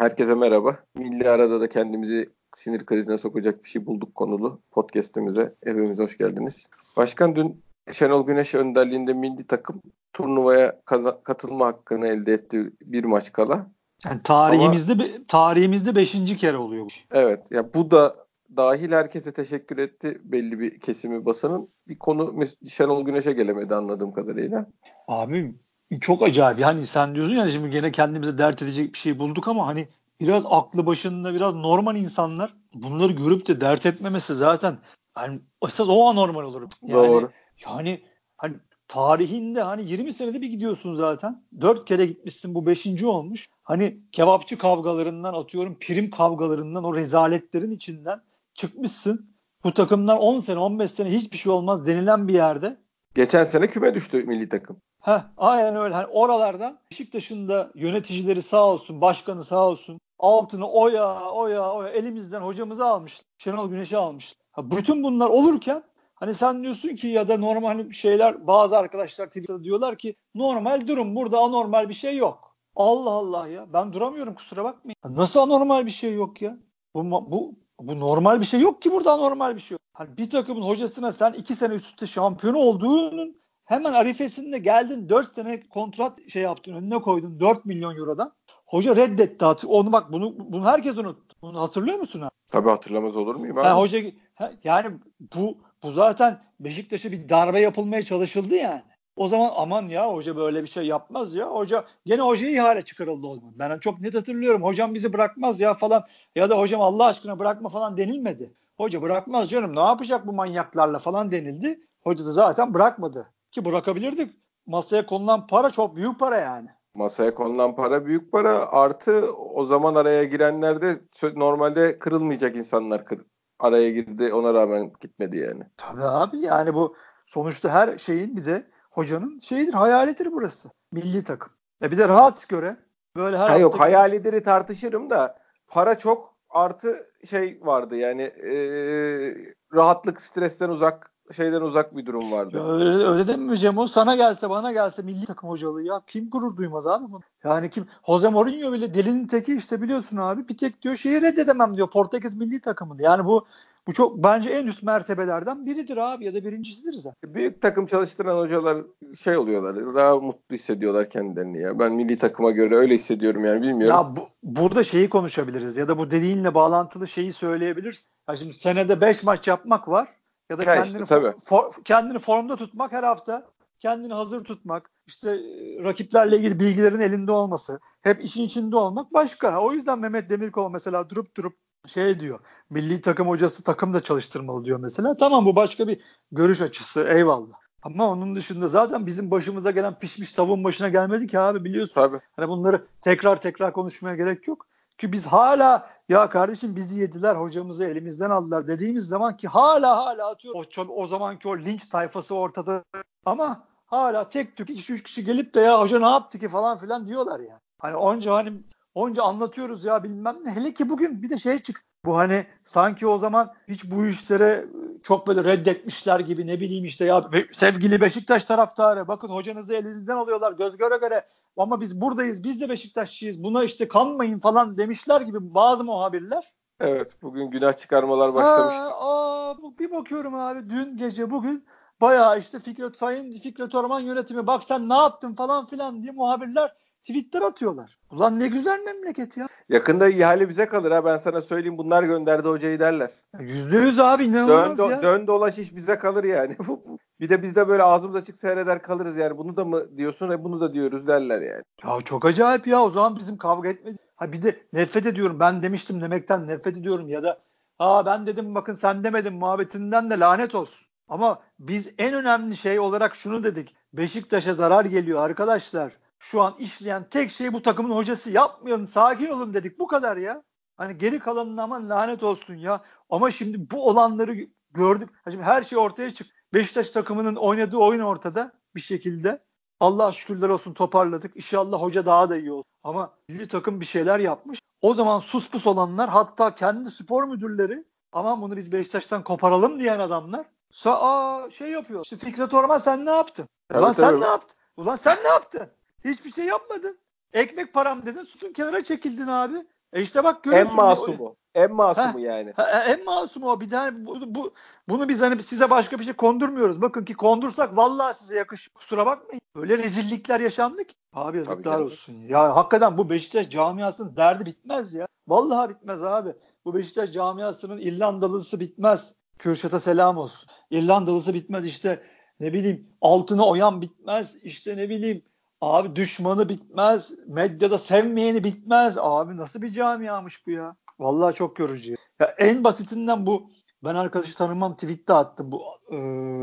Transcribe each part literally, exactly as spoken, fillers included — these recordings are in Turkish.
Herkese merhaba. Milli arada da kendimizi sinir krizine sokacak bir şey bulduk konulu podcast'imize. Hepiniz hoş geldiniz. Başkan dün Şenol Güneş önderliğinde milli takım turnuvaya kaza- katılma hakkını elde etti bir maç kala. Yani Ama tarihimizde tarihimizde beşinci kere oluyor bu. evet ya bu da dahil herkese teşekkür etti belli bir kesimi basının. Bir konu mes- Şenol Güneş'e gelemedi anladığım kadarıyla. Abi çok acayip. Hani sen diyorsun yani şimdi gene kendimize dert edecek bir şey bulduk ama hani biraz aklı başında biraz normal insanlar bunları görüp de dert etmemesi zaten yani esas o anormal olur. Yani Doğru. yani hani tarihinde hani yirmi senede bir gidiyorsun zaten. Dört kere gitmişsin, bu beşinci olmuş. Hani kebapçı kavgalarından, atıyorum prim kavgalarından, o rezaletlerin içinden çıkmışsın. Bu takımlar on sene on beş sene hiçbir şey olmaz denilen bir yerde. Geçen sene küme düştü milli takım. Heh, aynen öyle. Hani oralardan Beşiktaş'ın da yöneticileri sağ olsun, başkanı sağ olsun, altını oya oya oya elimizden hocamızı almış. Şenol Güneş'i almış. Ha, bütün bunlar olurken hani sen diyorsun ki, ya da normal hani şeyler, bazı arkadaşlar Twitter'da diyorlar ki normal durum, burada anormal bir şey yok. Allah Allah ya, ben duramıyorum, kusura bakmayın. Ha, nasıl anormal bir şey yok ya? Bu, bu, bu normal bir şey yok ki, burada anormal bir şey yok. Hani bir takımın hocasına sen iki sene üst üste şampiyon olduğunun hemen arifesinde geldin, dört sene kontrat şey yaptın, önüne koydun dört milyon eurodan. Hoca reddetti. Onu bak, bunu bunu herkes unuttu. Bunu hatırlıyor musun ha? Tabii hatırlamaz olur muyum Ha, abi? hoca ha, yani bu bu zaten Beşiktaş'a bir darbe yapılmaya çalışıldı yani. O zaman aman ya, hoca böyle bir şey yapmaz ya. Hoca gene hocaya ihale çıkarıldı o zaman. Ben çok net hatırlıyorum. Hocam bizi bırakmaz ya falan, ya da hocam Allah aşkına bırakma falan denilmedi. Hoca bırakmaz canım, ne yapacak bu manyaklarla falan denildi. Hoca da zaten bırakmadı. Ki bırakabilirdik. Masaya konulan para çok büyük para yani. Masaya konulan para büyük para. Artı o zaman araya girenler de sö- normalde kırılmayacak insanlar kır, araya girdi. Ona rağmen gitmedi yani. Tabii abi, yani bu sonuçta her şeyin bir de hocanın şeyidir, hayalidir burası. Milli takım. E bir de rahat göre böyle her Ha hafta yok, gidip hayalileri tartışırım da para çok, artı şey vardı yani, eee, rahatlık, stresten uzak, şeyden uzak bir durum ya vardı. öyle, öyle demeyeceğim, o sana gelse bana gelse milli takım hocalığı, ya kim gurur duymaz abi bunu? Yani kim? Jose Mourinho bile delinin teki işte, biliyorsun abi, bir tek diyor şeyi reddedemem diyor, Portekiz milli takımını. Yani bu bu çok bence en üst mertebelerden biridir abi, ya da birincisidir zaten. Büyük takım çalıştıran hocalar şey oluyorlar, daha mutlu hissediyorlar kendilerini ya. Ben milli takıma göre öyle hissediyorum yani, bilmiyorum. Ya bu, burada şeyi konuşabiliriz, ya da bu dediğinle bağlantılı şeyi söyleyebiliriz. Ya şimdi senede beş maç yapmak var, ya da Ha işte kendini tabii. for, for, kendini formda tutmak, her hafta kendini hazır tutmak, işte e, rakiplerle ilgili bilgilerin elinde olması, hep işin içinde olmak başka. O yüzden Mehmet Demirkol mesela durup durup şey diyor, milli takım hocası takım da çalıştırmalı diyor mesela. Tamam, bu başka bir görüş açısı, eyvallah. Ama onun dışında zaten bizim başımıza gelen pişmiş tavuğun başına gelmedi ki abi, biliyorsun. Tabii. Hani bunları tekrar tekrar konuşmaya gerek yok. Ki biz hala, ya kardeşim bizi yediler, hocamızı elimizden aldılar dediğimiz zaman, ki hala hala atıyor. O, o zamanki o linç tayfası ortada, ama hala tek tük iki kişi üç kişi gelip de ya hoca ne yaptı ki falan filan diyorlar ya. Hani onca hani onca anlatıyoruz ya bilmem ne. Hele ki bugün bir de şey çıktı. Bu hani sanki o zaman hiç bu işlere çok böyle reddetmişler gibi, ne bileyim işte, ya sevgili Beşiktaş taraftarı, bakın hocanızı elinizden alıyorlar göz göre göre, ama biz buradayız, biz de Beşiktaşçıyız, buna işte kanmayın falan demişler gibi bazı muhabirler. Evet, bugün günah çıkarmalar Ha, başlamış. aa, bir bakıyorum abi, dün gece bugün bayağı işte Fikret Sayın Fikret Orman yönetimi, bak sen ne yaptın falan filan diye muhabirler tweetler atıyorlar. Ulan ne güzel memleket ya. Yakında ihale bize kalır ha, ben sana söyleyeyim, bunlar gönderdi hocayı derler. Yüzde yüz abi, Dön, inanılmaz do- ya. dön dolaş iş bize kalır yani. Bir de biz de böyle ağzımız açık seyreder kalırız yani. Bunu da mı diyorsun ve bunu da diyoruz derler yani. Ya çok acayip ya, o zaman bizim kavga etmedi. Ha bir de nefret ediyorum, ben demiştim demekten nefret ediyorum, ya da aa ben dedim bakın sen demedin muhabbetinden de lanet olsun. Ama biz en önemli şey olarak şunu dedik: Beşiktaş'a zarar geliyor arkadaşlar. Şu an işleyen tek şey bu takımın hocası, yapmayın, sakin olun dedik, bu kadar ya. Hani geri kalanına aman lanet olsun ya. Ama şimdi bu olanları gördük. Şimdi her şey ortaya çıktı. Beşiktaş takımının oynadığı oyun ortada bir şekilde. Allah şükürler olsun toparladık. İnşallah hoca daha da iyi olur. Ama milli takım bir şeyler yapmış. O zaman sus pus olanlar, hatta kendi spor müdürleri, aman bunu biz Beşiktaş'tan koparalım diyen adamlar sa aa, şey yapıyor. İşte Fikret Orman sen ne yaptın? Ulan Tabii sen ne tabii. yaptın? Ulan sen ne yaptın? Hiçbir şey yapmadın. Ekmek param dedin, sütun kenara çekildin abi. E işte bak En görüyorsun. masumu. En masumu Heh, yani. ha, en masumu o. Bir tane bu, bu, bunu biz hani size başka bir şey kondurmuyoruz. Bakın ki kondursak vallahi size yakışır. Kusura bakmayın. Öyle rezillikler yaşandı ki. Abi Tabii yazıklar canım. olsun. Ya hakikaten bu Beşiktaş camiasının derdi bitmez ya. Vallahi bitmez abi. Bu Beşiktaş camiasının İrlandalısı bitmez. Kürşat'a selam olsun. İrlandalısı bitmez işte. Ne bileyim altına oyan bitmez. İşte ne bileyim abi düşmanı bitmez. Medyada sevmeyeni bitmez. Abi nasıl bir camiamış bu ya? Vallahi çok yorucu. Ya en basitinden bu, ben arkadaşı tanımam, tweette attım bu e,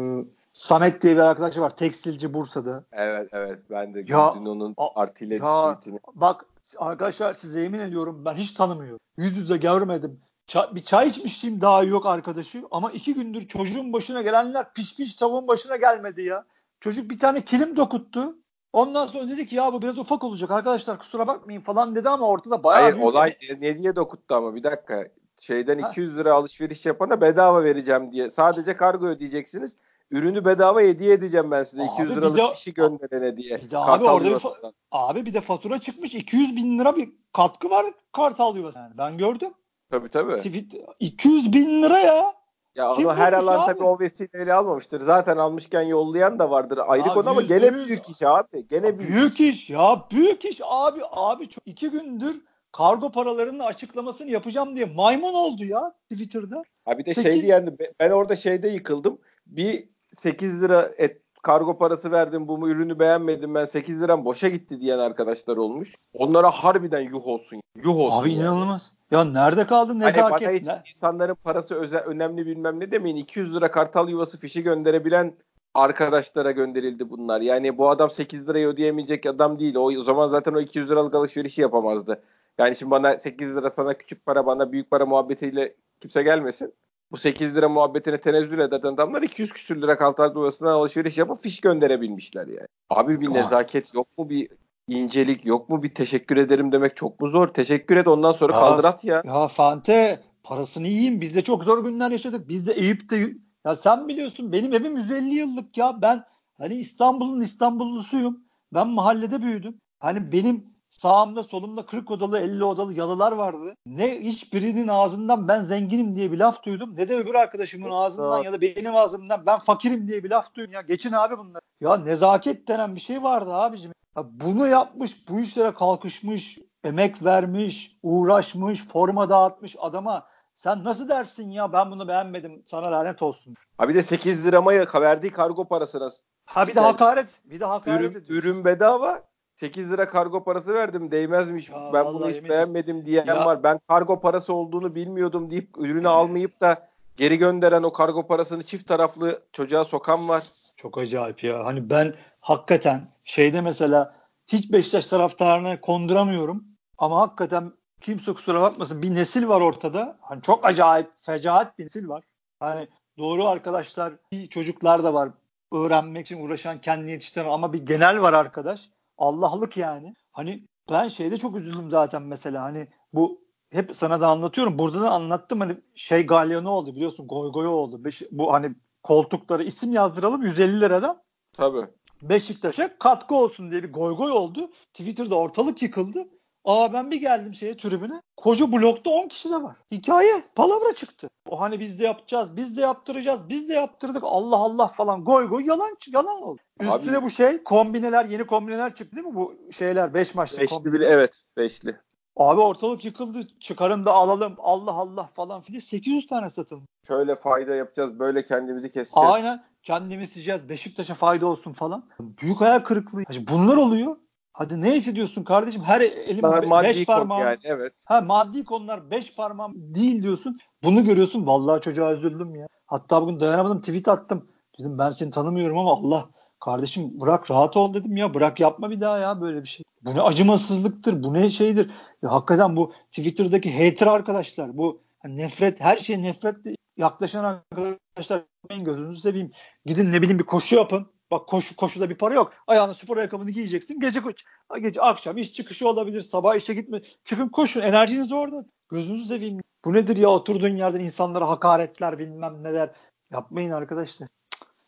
Samet diye bir arkadaş var, tekstilci Bursa'da. Evet evet ben de Ya dün onun a, artile ya tweetini. bak arkadaşlar, size yemin ediyorum ben hiç tanımıyorum. Yüz yüze görmedim. Ça- bir çay içmişliğim daha yok arkadaşı, ama iki gündür çocuğun başına gelenler piş piş tavuğun başına gelmedi ya. Çocuk bir tane kilim dokuttu. Ondan sonra dedi ki ya bu biraz ufak olacak arkadaşlar kusura bakmayın falan dedi, ama ortada Hayır bayağı büyük olay emek. ne, ne diye dokuttu ama bir dakika. Şeyden Ha, iki yüz lira alışveriş yapana bedava vereceğim diye. Sadece kargo ödeyeceksiniz. Ürünü bedava hediye edeceğim ben size iki yüz abi bir de liralık fişi gönderene diye. Bir de abi Kartal orada bir fa- yuvasından. abi bir de fatura çıkmış, iki yüz bin lira bir katkı var Kartal Yuvası. Yani ben gördüm. Tabii tabii. Tweet iki yüz bin lira ya. Ya onu Kim her bulmuş alan tabii abi? o vesileyle almamıştır. Zaten almışken yollayan da vardır. Ayrı Ya konu ama yüzde gene yüz büyük iş abi. Gene büyük büyük iş. iş ya, büyük iş abi abi çok, iki gündür kargo paralarının açıklamasını yapacağım diye maymun oldu ya Twitter'da. Ha bir de şey sekiz diyen ben orada şeyde yıkıldım. Bir sekiz lira et kargo parası verdim bu ürünü beğenmedim ben sekiz liram boşa gitti diyen arkadaşlar olmuş. Onlara harbiden yuh olsun. Yuh olsun abi yani. inanılmaz. Ya nerede kaldı Hani bana nezaket? hiç Ne? insanların parası özel, önemli bilmem ne demeyin. iki yüz lira kartal yuvası fişi gönderebilen arkadaşlara gönderildi bunlar. Yani bu adam sekiz lirayı ödeyemeyecek adam değil. O, o zaman zaten o iki yüz liralık alışverişi yapamazdı. Yani şimdi bana sekiz lira sana küçük para bana büyük para muhabbetiyle kimse gelmesin. Bu sekiz lira muhabbetine tenezzül eden adamlar iki yüz küsür lira kartal yuvasından alışveriş yapıp fiş gönderebilmişler yani. Abi bir Ah, nezaket yok mu, bir incelik yok mu, bir teşekkür ederim demek çok mu zor? Teşekkür et ondan sonra Ya kaldır at ya. ya Fante parasını yiyeyim. Biz de çok zor günler yaşadık. Biz de Eyüp'te, ya sen biliyorsun benim evim yüz elli yıllık ya. Ben hani İstanbul'un İstanbullusuyum. Ben mahallede büyüdüm. Hani benim sağımda solumda kırk odalı elli odalı yalılar vardı. Ne hiçbirinin ağzından ben zenginim diye bir laf duydum. Ne de öbür arkadaşımın ağzından ya da benim ağzımdan ben fakirim diye bir laf duydum. Ya geçin abi bunlar. Ya nezaket denen bir şey vardı abicim. Ya bunu yapmış, bu işlere kalkışmış, emek vermiş, uğraşmış, forma dağıtmış adama sen nasıl dersin ya ben bunu beğenmedim sana lanet olsun. Ha bir de sekiz lirama verdiği kargo parasına Ha bir de yani hakaret, bir de hakaret ürün, ediyorsun. ürün bedava sekiz lira kargo parası verdim değmezmiş Ya ben bunu vallahi hiç yemin ederim. beğenmedim diyen Ya var. Ben kargo parası olduğunu bilmiyordum deyip ürünü almayıp da geri gönderen o kargo parasını çift taraflı çocuğa sokan var. çok acayip ya. Hani ben hakikaten şeyde mesela hiç Beşiktaş taraftarına konduramıyorum. Ama hakikaten kimse kusura bakmasın bir nesil var ortada. Hani çok acayip, fecaat bir nesil var. Hani doğru arkadaşlar, iyi çocuklar da var. Öğrenmek için uğraşan, kendini yetiştiren, ama bir genel var arkadaş. Allah'lık yani. Hani ben şeyde çok üzüldüm zaten mesela. Hani bu hep sana da anlatıyorum. Burada da anlattım. Hani şey galyonu oldu biliyorsun. Goy goy oldu. Beş, bu hani koltuklara isim yazdıralım yüz elli liradan. Tabii. Beşiktaş'a katkı olsun diye bir goy goy oldu. Twitter'da ortalık yıkıldı. Aa ben bir geldim şeye tribüne. Koca blokta on kişi de var. Hikaye, palavra çıktı. O hani biz de yapacağız, biz de yaptıracağız, biz de yaptırdık. Allah Allah falan goy goy yalan yalan oldu. Üstüne Abi bu şey kombineler, yeni kombineler çıktı değil mi bu şeyler beş maçlı beşli bile kombineler. evet beşli. Abi ortalık yıkıldı. Çıkarın da alalım. Allah Allah falan filan. sekiz yüz tane satıldı. Şöyle fayda yapacağız böyle kendimizi keseceğiz. Aynen. Kendimiz sileceğiz. Beşiktaş'a fayda olsun falan. Büyük hayal kırıklığı. Bunlar oluyor. Hadi ne hissediyorsun kardeşim? Her elim Bunlar be- beş maddi konu parmağım. yani evet. Ha maddi konular beş parmağım değil diyorsun. Bunu görüyorsun. Vallahi çocuğa üzüldüm ya. Hatta bugün dayanamadım, tweet attım. Dedim ben seni tanımıyorum ama Allah kardeşim bırak rahat ol dedim ya. Bırak yapma bir daha ya böyle bir şey. Bu ne acımasızlıktır. Bu ne şeydir. Ya hakikaten bu Twitter'daki hater arkadaşlar. Bu hani nefret, her şeye nefretle yaklaşan arkadaşlar, gözünüzü seveyim. Gidin ne bileyim bir koşu yapın. Bak koşu koşuda bir para yok. Ayağına spor ayakkabını giyeceksin. Gece koş. Gece akşam iş çıkışı olabilir. Sabah işe gitme. Çıkın koşun. Enerjiniz orada. Gözünüzü seveyim. Bu nedir ya, oturduğun yerden insanlara hakaretler bilmem neler. Yapmayın arkadaşlar.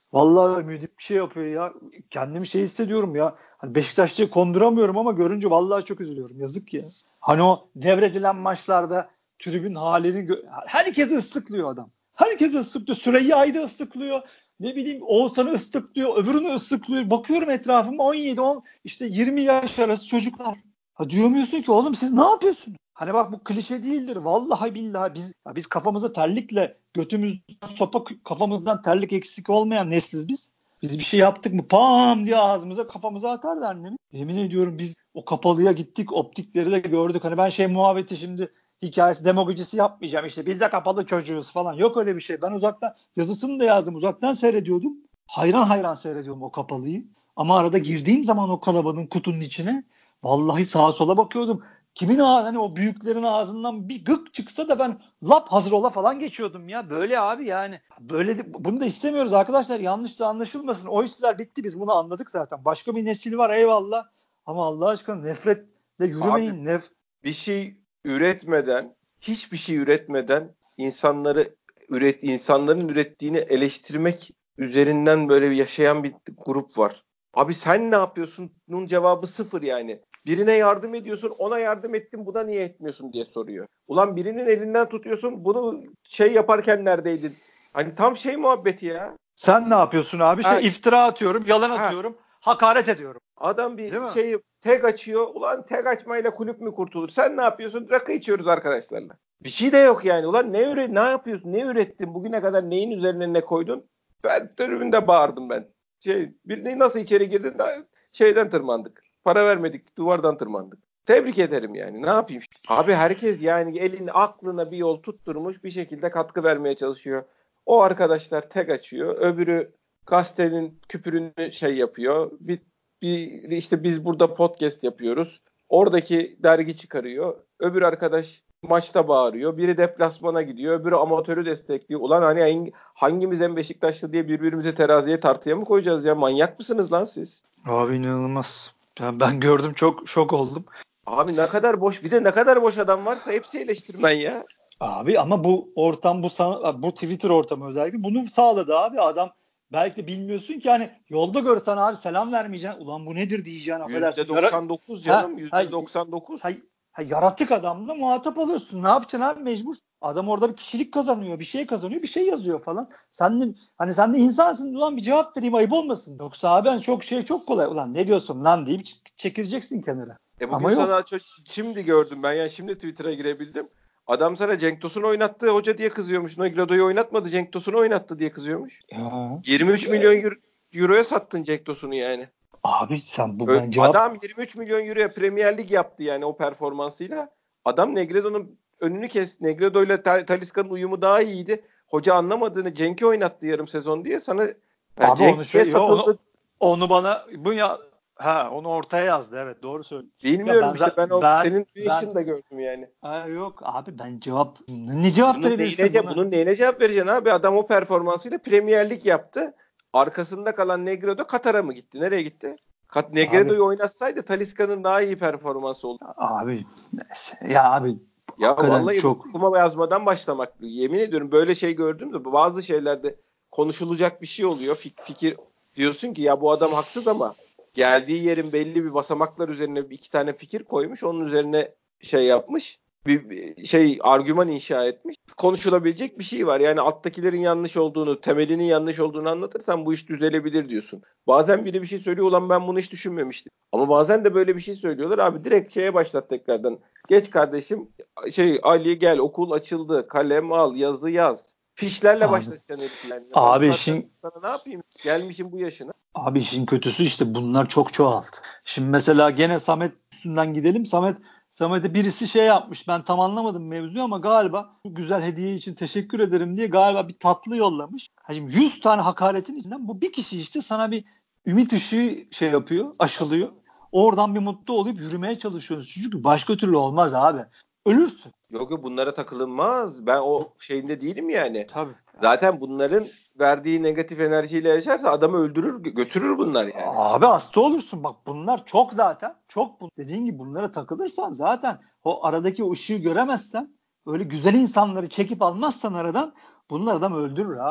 Vallahi ümidim bir şey yapıyor ya. Kendimi şey hissediyorum ya. Hani Beşiktaş'ta konduramıyorum ama görünce vallahi çok üzülüyorum. Yazık ya. Hani o devredilen maçlarda tribün halini gö- herkesi ıslıklıyor adam. Herkesi ıslıklıyor. Süreyya'yı da ıslıklıyor. Ne bileyim Oğuzhan'ı ıslıklıyor. Öbürünü ıslıklıyor. Bakıyorum etrafıma on yedi on işte yirmi yaş arası çocuklar. Ha diyor muyorsun ki oğlum siz ne yapıyorsunuz? Hani bak bu klişe değildir. Vallahi billahi biz ya biz kafamıza terlikle götümüzden sopa kafamızdan terlik eksik olmayan nesliz biz. Biz bir şey yaptık mı pam diye ağzımıza kafamıza atardı annemiz. Yemin ediyorum biz o kapalıya gittik optikleri de gördük. Hani ben şey muhabbeti şimdi hikayesi demagojisi yapmayacağım. İşte biz de kapalı çocuğuz falan. Yok öyle bir şey. Ben uzaktan yazısını da yazdım. Uzaktan seyrediyordum. Hayran hayran seyrediyorum o kapalıyı. Ama arada girdiğim zaman o kalabalığın kutunun içine vallahi sağa sola bakıyordum. Kimin ağzı hani o büyüklerin ağzından bir gık çıksa da ben lap hazır ola falan geçiyordum ya. Böyle abi yani. Böyle de, bunu da istemiyoruz arkadaşlar. Yanlış da anlaşılmasın. O işler bitti biz bunu anladık zaten. Başka bir nesil var eyvallah. Ama Allah aşkına nefretle Abi yürümeyin. Nef bir şey üretmeden, hiçbir şey üretmeden insanları üret insanların ürettiğini eleştirmek üzerinden böyle bir yaşayan bir grup var. Abi sen ne yapıyorsun? Bunun cevabı sıfır yani. Birine yardım ediyorsun, ona yardım ettin, buna niye etmiyorsun diye soruyor. Ulan birinin elinden tutuyorsun, bunu şey yaparken neredeydin? Hani tam şey muhabbeti ya. Sen ne yapıyorsun abi? Ha, Şey iftira atıyorum, yalan ha, atıyorum, hakaret ediyorum. Adam Değil bir mi? şey tek açıyor. Ulan tek açmayla kulüp mü kurtulur? Sen ne yapıyorsun? Rakı içiyoruz arkadaşlarla. Bir şey de yok yani. Ulan ne üret, ne yapıyorsun? Ne ürettin? Bugüne kadar neyin üzerine ne koydun? Ben tribünde bağırdım ben. Şey, bildiğin nasıl içeri girdin? Da, şeyden tırmandık. Para vermedik. Duvardan tırmandık. Tebrik ederim yani. Ne yapayım? Abi herkes yani elini aklına bir yol tutturmuş bir şekilde katkı vermeye çalışıyor. O arkadaşlar tek açıyor. Öbürü gazetenin küpürünü şey yapıyor. Bir bir işte biz burada podcast yapıyoruz. Oradaki dergi çıkarıyor. Öbür arkadaş maçta bağırıyor. Biri deplasmana gidiyor. Öbürü amatörü destekliyor. Ulan hani hangimiz en Beşiktaşlı diye birbirimizi teraziye tartıya mı koyacağız ya? Manyak mısınız lan siz? Abi inanılmaz. Yani ben gördüm çok şok oldum. Abi ne kadar boş bir de ne kadar boş adam varsa hepsi eleştirmen ya. Abi ama bu ortam bu sana, bu Twitter ortamı özellikle bunu sağladı abi. Adam belki de bilmiyorsun ki hani yolda görsen abi selam vermeyeceksin. Ulan bu nedir diyeceksin affedersin. Yara yüzde doksan dokuz ha, canım ha, yüzde doksan dokuz. ha, ha, yaratık adamla muhatap oluyorsun. Ne yapacaksın abi mecbur. Adam orada bir kişilik kazanıyor, bir şey kazanıyor, bir şey yazıyor falan. Sen de hani sen de insansın ulan bir cevap vereyim ayıp olmasın. Yoksa abi hani çok şey çok kolay. Ulan ne diyorsun lan deyip çekileceksin kenara. E bugün Ama sana yok. çok, şimdi gördüm ben yani şimdi Twitter'a girebildim. Adam sana Cenk Tosun oynattı hoca diye kızıyormuş. Negredo'yu oynatmadı Cenk Tosun'u oynattı diye kızıyormuş. Ya. yirmi üç milyon euro, euroya sattın Cenk Tosun'u yani. Abi sen bu Ö- ben cevap Adam yirmi üç milyon euroya Premier Lig yaptı yani o performansıyla. Adam Negredo'nun önünü kesti. Negredo ile Talisca'nın uyumu daha iyiydi. Hoca anlamadığını Cenk'i oynattı yarım sezon diye sana ya abi onu Cenk niye şey yo, onu satıldı onu bana bu ya ha onu ortaya yazdı evet doğru söylüyorsun. Ya bilmiyorum ben işte za- ben o ben senin ben de gördüm yani. ha, yok abi ben cevap ne cevap Bunun neyine, verebilirsin buna? bunun neyine cevap vereceksin abi? Adam o performansıyla Premier Lig yaptı. Arkasında kalan Negredo Katar'a mı gitti? Nereye gitti? Kat Abi Negredo'yu oynatsaydı Talisca'nın daha iyi performansı oldu. abi neyse. Ya abi Ya hakikaten vallahi bu çok okuma yazmadan başlamak. Yemin ediyorum böyle şey gördüm de bazı şeylerde konuşulacak bir şey oluyor. Fik, fikir diyorsun ki ya bu adam haksız ama geldiği yerin belli bir basamaklar üzerine iki tane fikir koymuş. Onun üzerine şey yapmış. Bir bir şey argüman inşa etmiş. Konuşulabilecek bir şey var. Yani alttakilerin yanlış olduğunu, temelinin yanlış olduğunu anlatırsan bu iş düzelebilir diyorsun. Bazen biri bir şey söylüyor ulan ben bunu hiç düşünmemiştim. Ama bazen de böyle bir şey söylüyorlar. Abi direkt şeye başlat tekrardan. Geç kardeşim şey Ali gel okul açıldı. Kalem al, yazı yaz. Fişlerle abi başlatacaksın herifi yani. Ben bu abi saatten işin sonra ne yapayım? Gelmişim bu yaşına. abi işin kötüsü işte bunlar çok çoğaldı. Şimdi mesela gene Samet üstünden gidelim. Samet Samet'e birisi şey yapmış. Ben tam anlamadım mevzuyu ama galiba bu güzel hediye için teşekkür ederim diye galiba bir tatlı yollamış. Ha şimdi yüz tane hakaretin içinden bu bir kişi işte sana bir ümit ışığı şey yapıyor, Tabii aşılıyor. tabii. Oradan bir mutlu olup yürümeye çalışıyorsun. Çünkü başka türlü olmaz abi. Ölürsün. Yok yok bunlara takılınmaz. Ben o şeyinde değilim yani. Tabii. Zaten bunların verdiği negatif enerjiyle yaşarsa adamı öldürür, götürür bunlar yani. Abi hasta olursun. Bak bunlar çok zaten. Çok bu. Dediğin gibi bunlara takılırsan zaten o aradaki o ışığı göremezsen öyle güzel insanları çekip almazsan aradan bunlar adam öldürür abi.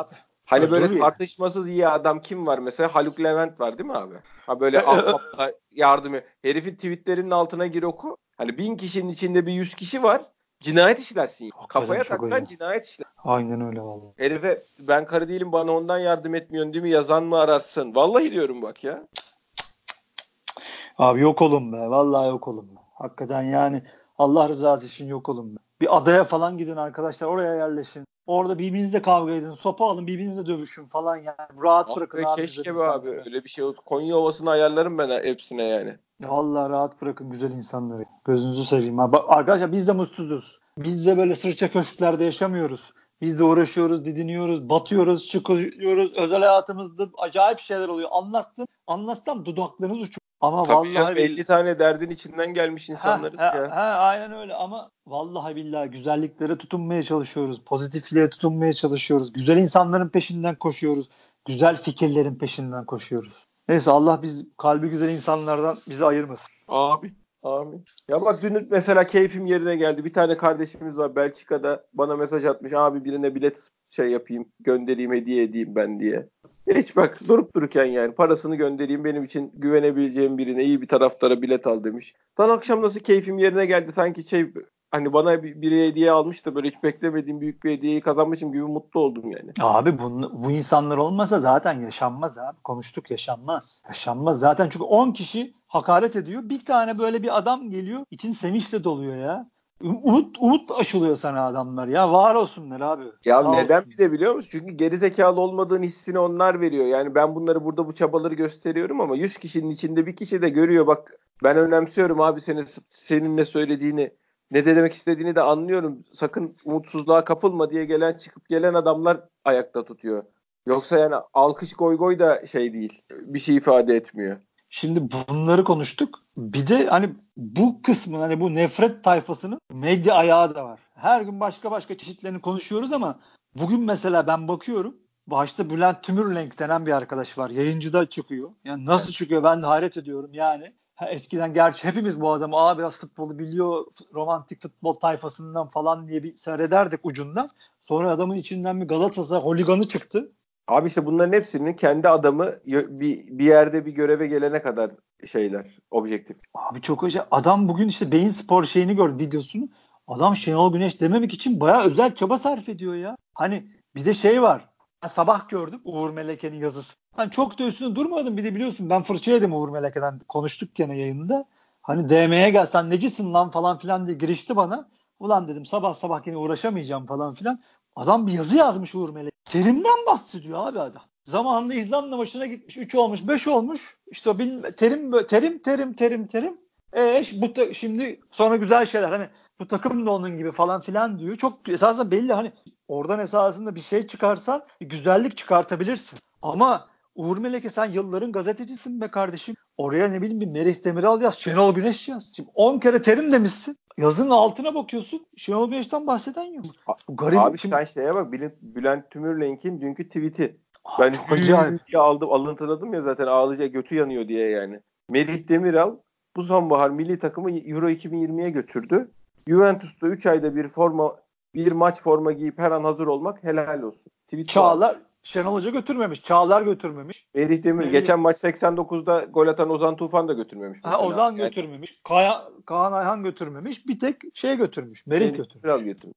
Hani böyle Özür tartışmasız iyi adam kim var mesela? Haluk Levent var değil mi abi? Ha E, böyle e, e, ahbapla yardım et. Herifin tweetlerinin altına gir oku. Hani bin kişinin içinde bir yüz kişi var. Cinayet işlersin. Yani. Hakikaten Kafaya çok taksan acı. cinayet işler. Aynen öyle vallahi. Herife ben karı değilim bana ondan yardım etmiyorsun değil mi? Yazan mı ararsın? Vallahi diyorum bak ya. Abi yok olun be. Vallahi yok olun be. Hakikaten yani Allah rızası için yok olun be. Bir adaya falan gidin arkadaşlar. Oraya yerleşin. Orada birbirinizle kavga edin. Sopa alın birbirinizle dövüşün falan yani. Rahat Ah bırakın be abi güzel keşke be abi. insanları. Öyle bir şey oldu. Konya Ovası'nı ayarlarım ben hepsine yani. Vallahi rahat bırakın güzel insanları. Gözünüzü seveyim. Ha. Bak, arkadaşlar biz de mutsuzuz. Biz de böyle sırça köşklerde yaşamıyoruz. Biz de uğraşıyoruz, didiniyoruz, batıyoruz, çıkıyoruz. Özel hayatımızda acayip şeyler oluyor. Anlattım, anlatsam dudaklarınız uçuyor. Ama Tabii canım vallahi billahi elli tane derdin içinden gelmiş ha insanlarız ha ya. ha aynen öyle ama vallahi billahi güzelliklere tutunmaya çalışıyoruz. Pozitifliğe tutunmaya çalışıyoruz. Güzel insanların peşinden koşuyoruz. Güzel fikirlerin peşinden koşuyoruz. Neyse Allah biz kalbi güzel insanlardan bizi ayırmasın. Abi. Amin. Ya bak dün mesela keyfim yerine geldi. Bir tane kardeşimiz var Belçika'da bana mesaj atmış. Abi birine bilet şey yapayım, göndereyim, hediye edeyim ben diye. Hiç bak durup dururken yani parasını göndereyim benim için güvenebileceğim birine iyi bir taraftara bilet al demiş. Tan akşam nasıl keyfim yerine geldi sanki şey hani bana bir, bir hediye almış da böyle hiç beklemediğim büyük bir hediyeyi kazanmışım gibi mutlu oldum yani. Abi bu, bu insanlar olmasa zaten yaşanmaz abi. Konuştuk yaşanmaz. Yaşanmaz. Zaten çünkü on kişi hakaret ediyor. Bir tane böyle bir adam geliyor. İçin sevinçle doluyor ya. Umut, umut aşılıyor sana adamlar ya. Var olsunlar abi. Ya Sağ neden bir olsun. de biliyor musun? Çünkü gerizekalı olmadığın hissini onlar veriyor. Yani ben bunları burada bu çabaları gösteriyorum ama yüz kişinin içinde bir kişi de görüyor bak ben önemsiyorum abi senin senin ne söylediğini, ne de demek istediğini de anlıyorum. Sakın umutsuzluğa kapılma diye gelen çıkıp gelen adamlar ayakta tutuyor. Yoksa yani alkış goy goy da şey değil. Bir şey ifade etmiyor. Şimdi bunları konuştuk. Bir de hani bu kısmın hani bu nefret tayfasının medya ayağı da var. Her gün başka başka çeşitlerini konuşuyoruz ama bugün mesela ben bakıyorum. Başta Bülent Tümürlenk denen bir arkadaş var. Yayıncıda çıkıyor. Yani nasıl Evet. çıkıyor ben de hayret ediyorum yani. Ha, eskiden gerçi hepimiz bu adamı aa biraz futbolu biliyor, romantik futbol tayfasından falan diye bir seyrederdik ucundan. Sonra adamın içinden bir Galatasaray holiganı çıktı. Abi işte bunların hepsinin kendi adamı bir, bir yerde bir göreve gelene kadar şeyler, objektif. Abi çok acayip. Adam bugün işte Beyin Spor şeyini gördü videosunu. Adam Şenol Güneş dememek için bayağı özel çaba sarf ediyor ya. Hani bir de şey var. Ben sabah gördüm Uğur Meleke'nin yazısı. Hani çok da üstüne durmadım. Bir de biliyorsun ben fırça yedim Uğur Meleke'den. Konuştuk gene yayında. Hani D M'ye gel sen necisin lan falan filan diye girişti bana. Ulan dedim sabah sabah yine uğraşamayacağım falan filan. Adam bir yazı yazmış Uğur Meleke. Terimden bahsediyor abi adam. Zamanında İzlanda maçına gitmiş. üç olmuş, beş olmuş. İşte bilmem, terim terim terim terim terim. E bu ta, şimdi sonra güzel şeyler hani bu takım da onun gibi falan filan diyor. Çok esasında belli hani oradan esasında bir şey çıkarsan bir güzellik çıkartabilirsin. Ama Uğur Meleke sen yılların gazetecisin be kardeşim. Oraya ne bileyim bir Merih Demiral yaz, Şenol Güneş yaz. Şimdi on kere terim demişsin. Yazının altına bakıyorsun. Şenol Güneş'ten bahseden yok. Bu Abi garip. Şimdi sen şeye bak Bülent, Bülent Tümürlenk'in dünkü tweet'i. abi Ben çok acayip. hü diye aldım alıntıladım ya zaten ağlayacak götü yanıyor diye yani. Melih Demiral bu sonbahar milli takımı Euro iki bin yirmiye götürdü. Juventus'ta üç ayda bir forma bir maç forma giyip her an hazır olmak helal olsun. Tweet bu abi. Çağlar Şenol Hoca götürmemiş. Çağlar götürmemiş. Melih Demir Melih, geçen maç seksen dokuzda gol atan Ozan Tufan da götürmemiş ha, mesela. Ozan Yani götürmemiş. Kaya, Kaan Ayhan götürmemiş. Bir tek şey götürmüş. Merih Melih Demiral götürmüş. götürmüş.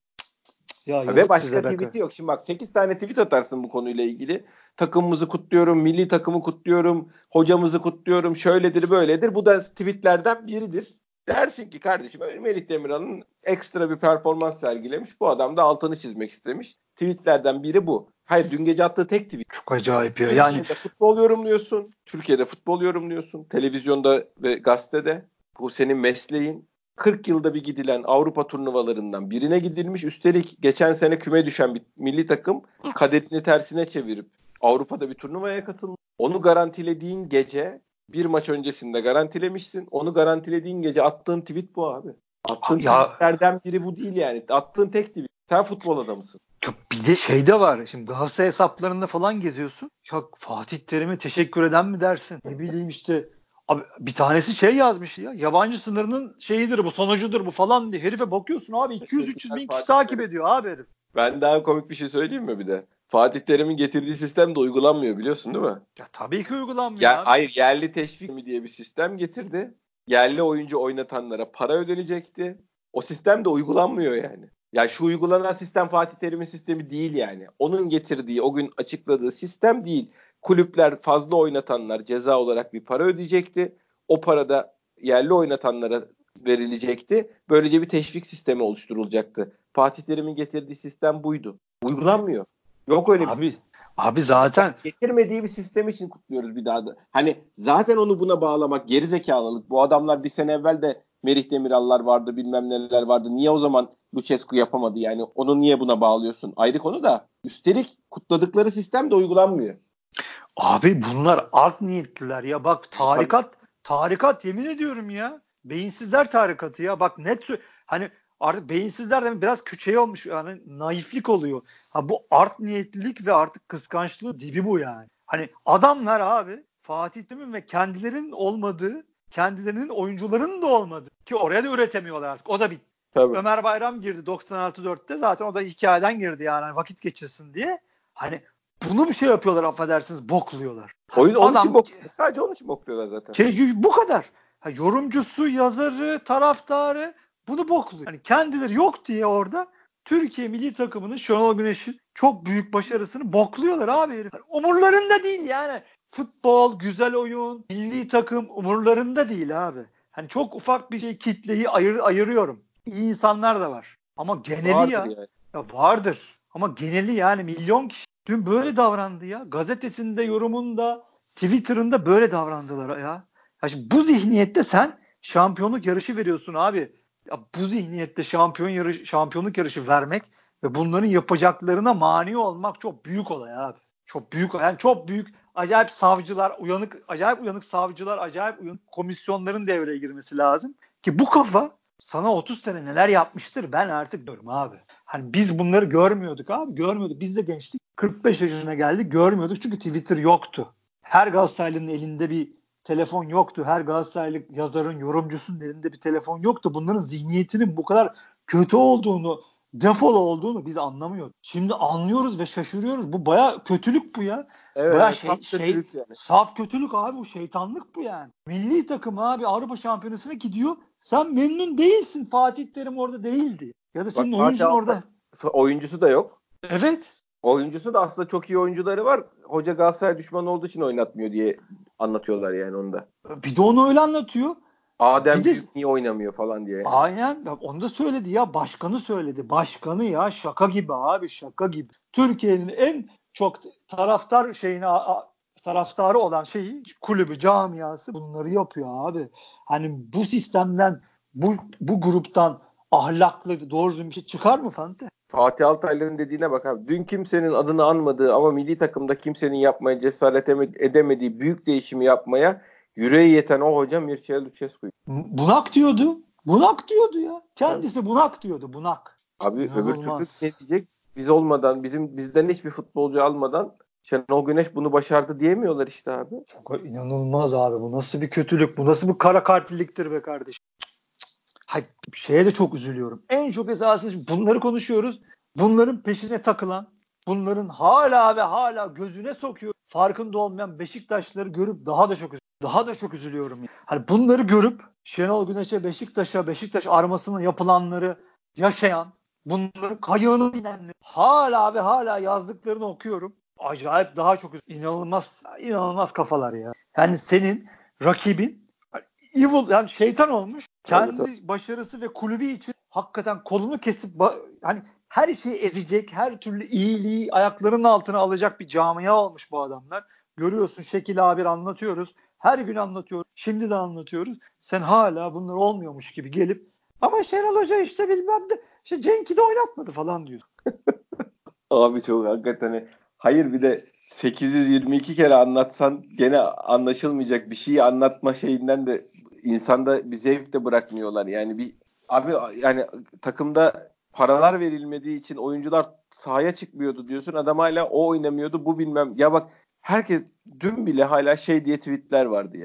Ya Ve yazık başka size be. tweet'i yok. Şimdi bak sekiz tane tweet atarsın bu konuyla ilgili. Takımımızı kutluyorum, milli takımı kutluyorum, hocamızı kutluyorum, şöyledir böyledir. Bu da tweetlerden biridir. Dersin ki kardeşim Melih Demiral'ın ekstra bir performans sergilemiş. Bu adam da altını çizmek istemiş. Tweetlerden biri bu. Hayır dün gece attığı tek tweet. Çok acayip ya. Yani Türkiye'de futbol yorumluyorsun. Türkiye'de futbol yorumluyorsun. Televizyonda ve gazetede. Bu senin mesleğin. kırk yılda bir gidilen Avrupa turnuvalarından birine gidilmiş. Üstelik geçen sene küme düşen bir milli takım kaderini tersine çevirip Avrupa'da bir turnuvaya katılmış. Onu garantilediğin gece bir maç öncesinde garantilemişsin. Onu garantilediğin gece attığın tweet bu abi. Attığın ya tweetlerden biri bu değil yani. Attığın tek tweet. Sen futbol adamısın. Ya bir de şey de var. Şimdi Galatasaray hesaplarında falan geziyorsun. Ya Fatih Terim'e teşekkür eden mi dersin? Ne bileyim işte. Abi bir tanesi şey yazmış ya. Yabancı sınırının şeyidir bu, sonucudur bu falan diye. Herife bakıyorsun abi iki yüz üç yüz bin kişi Fatih takip Terim. ediyor abi herif. Ben daha komik bir şey söyleyeyim mi bir de? Fatih Terim'in getirdiği sistem de uygulanmıyor biliyorsun değil mi? Ya tabii ki uygulanmıyor Ya, abi. hayır, yerli teşvik mi diye bir sistem getirdi. Yerli oyuncu oynatanlara para ödenecekti. O sistem de uygulanmıyor yani. Yani şu uygulanan sistem Fatih Terim'in sistemi değil yani. Onun getirdiği, o gün açıkladığı sistem değil. Kulüpler fazla oynatanlar ceza olarak bir para ödeyecekti. O para da yerli oynatanlara verilecekti. Böylece bir teşvik sistemi oluşturulacaktı. Fatih Terim'in getirdiği sistem buydu. Uygulanmıyor. Yok öyle bir sistem. Abi abi zaten Getirmediği bir sistem için kutluyoruz bir daha da. Hani zaten onu buna bağlamak gerizekalılık. Bu adamlar bir sene evvel de Merih Demiral'lar vardı, bilmem neler vardı. Niye o zaman Lucescu yapamadı yani? Onu niye buna bağlıyorsun? Ayrı konu da. Üstelik kutladıkları sistem de uygulanmıyor. abi bunlar art niyetliler ya. Bak Tabii. tarikat tarikat yemin ediyorum ya. Beyinsizler tarikatı ya. Bak net sö- hani artık beyinsizler de biraz küçüğe olmuş yani naiflik oluyor. Ha bu art niyetlilik ve artık kıskançlığın dibi bu yani. Hani adamlar abi Fatih Terim ve kendilerinin olmadığı, kendilerinin oyuncularının da olmadığı ki oraya da üretemiyorlar artık. O da bitti. Tabii. Ömer Bayram girdi doksan artı dörtte zaten o da hikayeden girdi yani hani vakit geçirsin diye. Hani bunu bir şey yapıyorlar affedersiniz bokluyorlar. Hani Oyun onun için adam bok. Sadece onun için bokluyorlar zaten. şey, bu kadar. Ha, yorumcusu, yazarı, taraftarı bunu bokluyor. Hani kendileri yok diye orada Türkiye milli takımının Şenol Güneş'in çok büyük başarısını bokluyorlar abi herif. Hani umurlarında değil yani. Futbol, güzel oyun, milli takım umurlarında değil abi. Hani çok ufak bir şey kitleyi ayır, ayırıyorum. İyi insanlar da var. Ama geneli Vardır ya. yani. Ya vardır. Ama geneli yani milyon kişi dün böyle davrandı ya. Gazetesinde, yorumunda, Twitter'ında böyle davrandılar ya. Ya şimdi bu zihniyette sen şampiyonluk yarışı veriyorsun abi. Ya bu zihniyette şampiyon yarış, şampiyonluk yarışı vermek ve bunların yapacaklarına mani olmak çok büyük olay abi. Çok büyük, yani çok büyük, acayip savcılar, uyanık, acayip uyanık savcılar, acayip uyanık komisyonların devreye girmesi lazım. Ki bu kafa sana otuz sene neler yapmıştır ben artık diyorum abi. Hani biz bunları görmüyorduk abi, görmüyorduk. Biz de gençtik. kırk beş yaşına geldik, görmüyorduk çünkü Twitter yoktu. Her Galatasaraylı'nın elinde bir telefon yoktu. Her Galatasaraylı yazarın, yorumcusunun elinde bir telefon yoktu. Bunların zihniyetinin bu kadar kötü olduğunu, defol olduğunu biz anlamıyorduk. Şimdi anlıyoruz ve şaşırıyoruz. Bu baya kötülük bu ya. Evet, Baya evet, şey, saf şey kötülük yani. saf kötülük abi, bu şeytanlık bu yani. Milli takım abi Avrupa Şampiyonası'na gidiyor. Sen memnun değilsin. Fatih Terim orada değildi. Ya da senin Bak Fatih oyuncun Altay orada. oyuncusu da yok. Evet. Oyuncusu da aslında çok iyi oyuncuları var. Hoca Galatasaray düşmanı olduğu için oynatmıyor diye anlatıyorlar yani onu da. Bir de onu öyle anlatıyor. Bir Adem de Büyük niye oynamıyor falan diye yani. aynen. Bak onu da söyledi ya. Başkanı söyledi. Başkanı ya şaka gibi abi, şaka gibi. Türkiye'nin en çok taraftar şeyini taraftarı olan şeyi, kulübü, camiası bunları yapıyor abi. Hani bu sistemden, bu bu gruptan ahlaklı, doğru düzgün bir şey çıkar mı Fante? Fatih Altaylı'nın dediğine bak abi. Dün kimsenin adını anmadığı ama milli takımda kimsenin yapmaya cesaret edemediği büyük değişimi yapmaya yüreği yeten o hoca Mircea Lucescu. Bunak diyordu. Bunak diyordu ya. Tabii. Kendisi bunak diyordu. Bunak. Abi öbür türlü İnanılmaz. ne diyecek? Biz olmadan, bizim bizden hiçbir futbolcu almadan Şenol Güneş bunu başardı diyemiyorlar işte abi. Çok inanılmaz abi. Bu nasıl bir kötülük? Bu nasıl bir kara kalpliliktir be kardeşim? Hayır, şeye de çok üzülüyorum. En çok esasında bunları konuşuyoruz. Bunların peşine takılan, bunların hala ve hala gözüne sokuyor. Farkında olmayan Beşiktaşları görüp daha da çok üzülüyorum. Daha da çok üzülüyorum. Yani. Hani bunları görüp Şenol Güneş'e, Beşiktaş'a, Beşiktaş armasına yapılanları yaşayan, bunların kayığını binenler hala ve hala yazdıklarını okuyorum. Acayip daha çok üzülüyorum. İnanılmaz, inanılmaz kafalar ya. Yani senin rakibin evil, yani şeytan olmuş. Tabii, tabii. Kendi başarısı ve kulübü için hakikaten kolunu kesip hani her şeyi ezecek, her türlü iyiliği ayaklarının altına alacak bir camia olmuş bu adamlar. Görüyorsun, şekil abi anlatıyoruz. Her gün anlatıyoruz. Şimdi de anlatıyoruz. Sen hala bunlar olmuyormuş gibi gelip ama Şenol Hoca işte bilmem ne işte Cenk'i de oynatmadı falan diyor. Abi çok hakikaten hani hayır bir de sekiz yüz yirmi iki kere anlatsan gene anlaşılmayacak bir şeyi anlatma şeyinden de insanda bir zevk de bırakmıyorlar. Yani bir abi yani takımda paralar verilmediği için oyuncular sahaya çıkmıyordu diyorsun. Adam hala o oynamıyordu bu bilmem. Ya bak herkes dün bile hala şey diye tweetler vardı ya.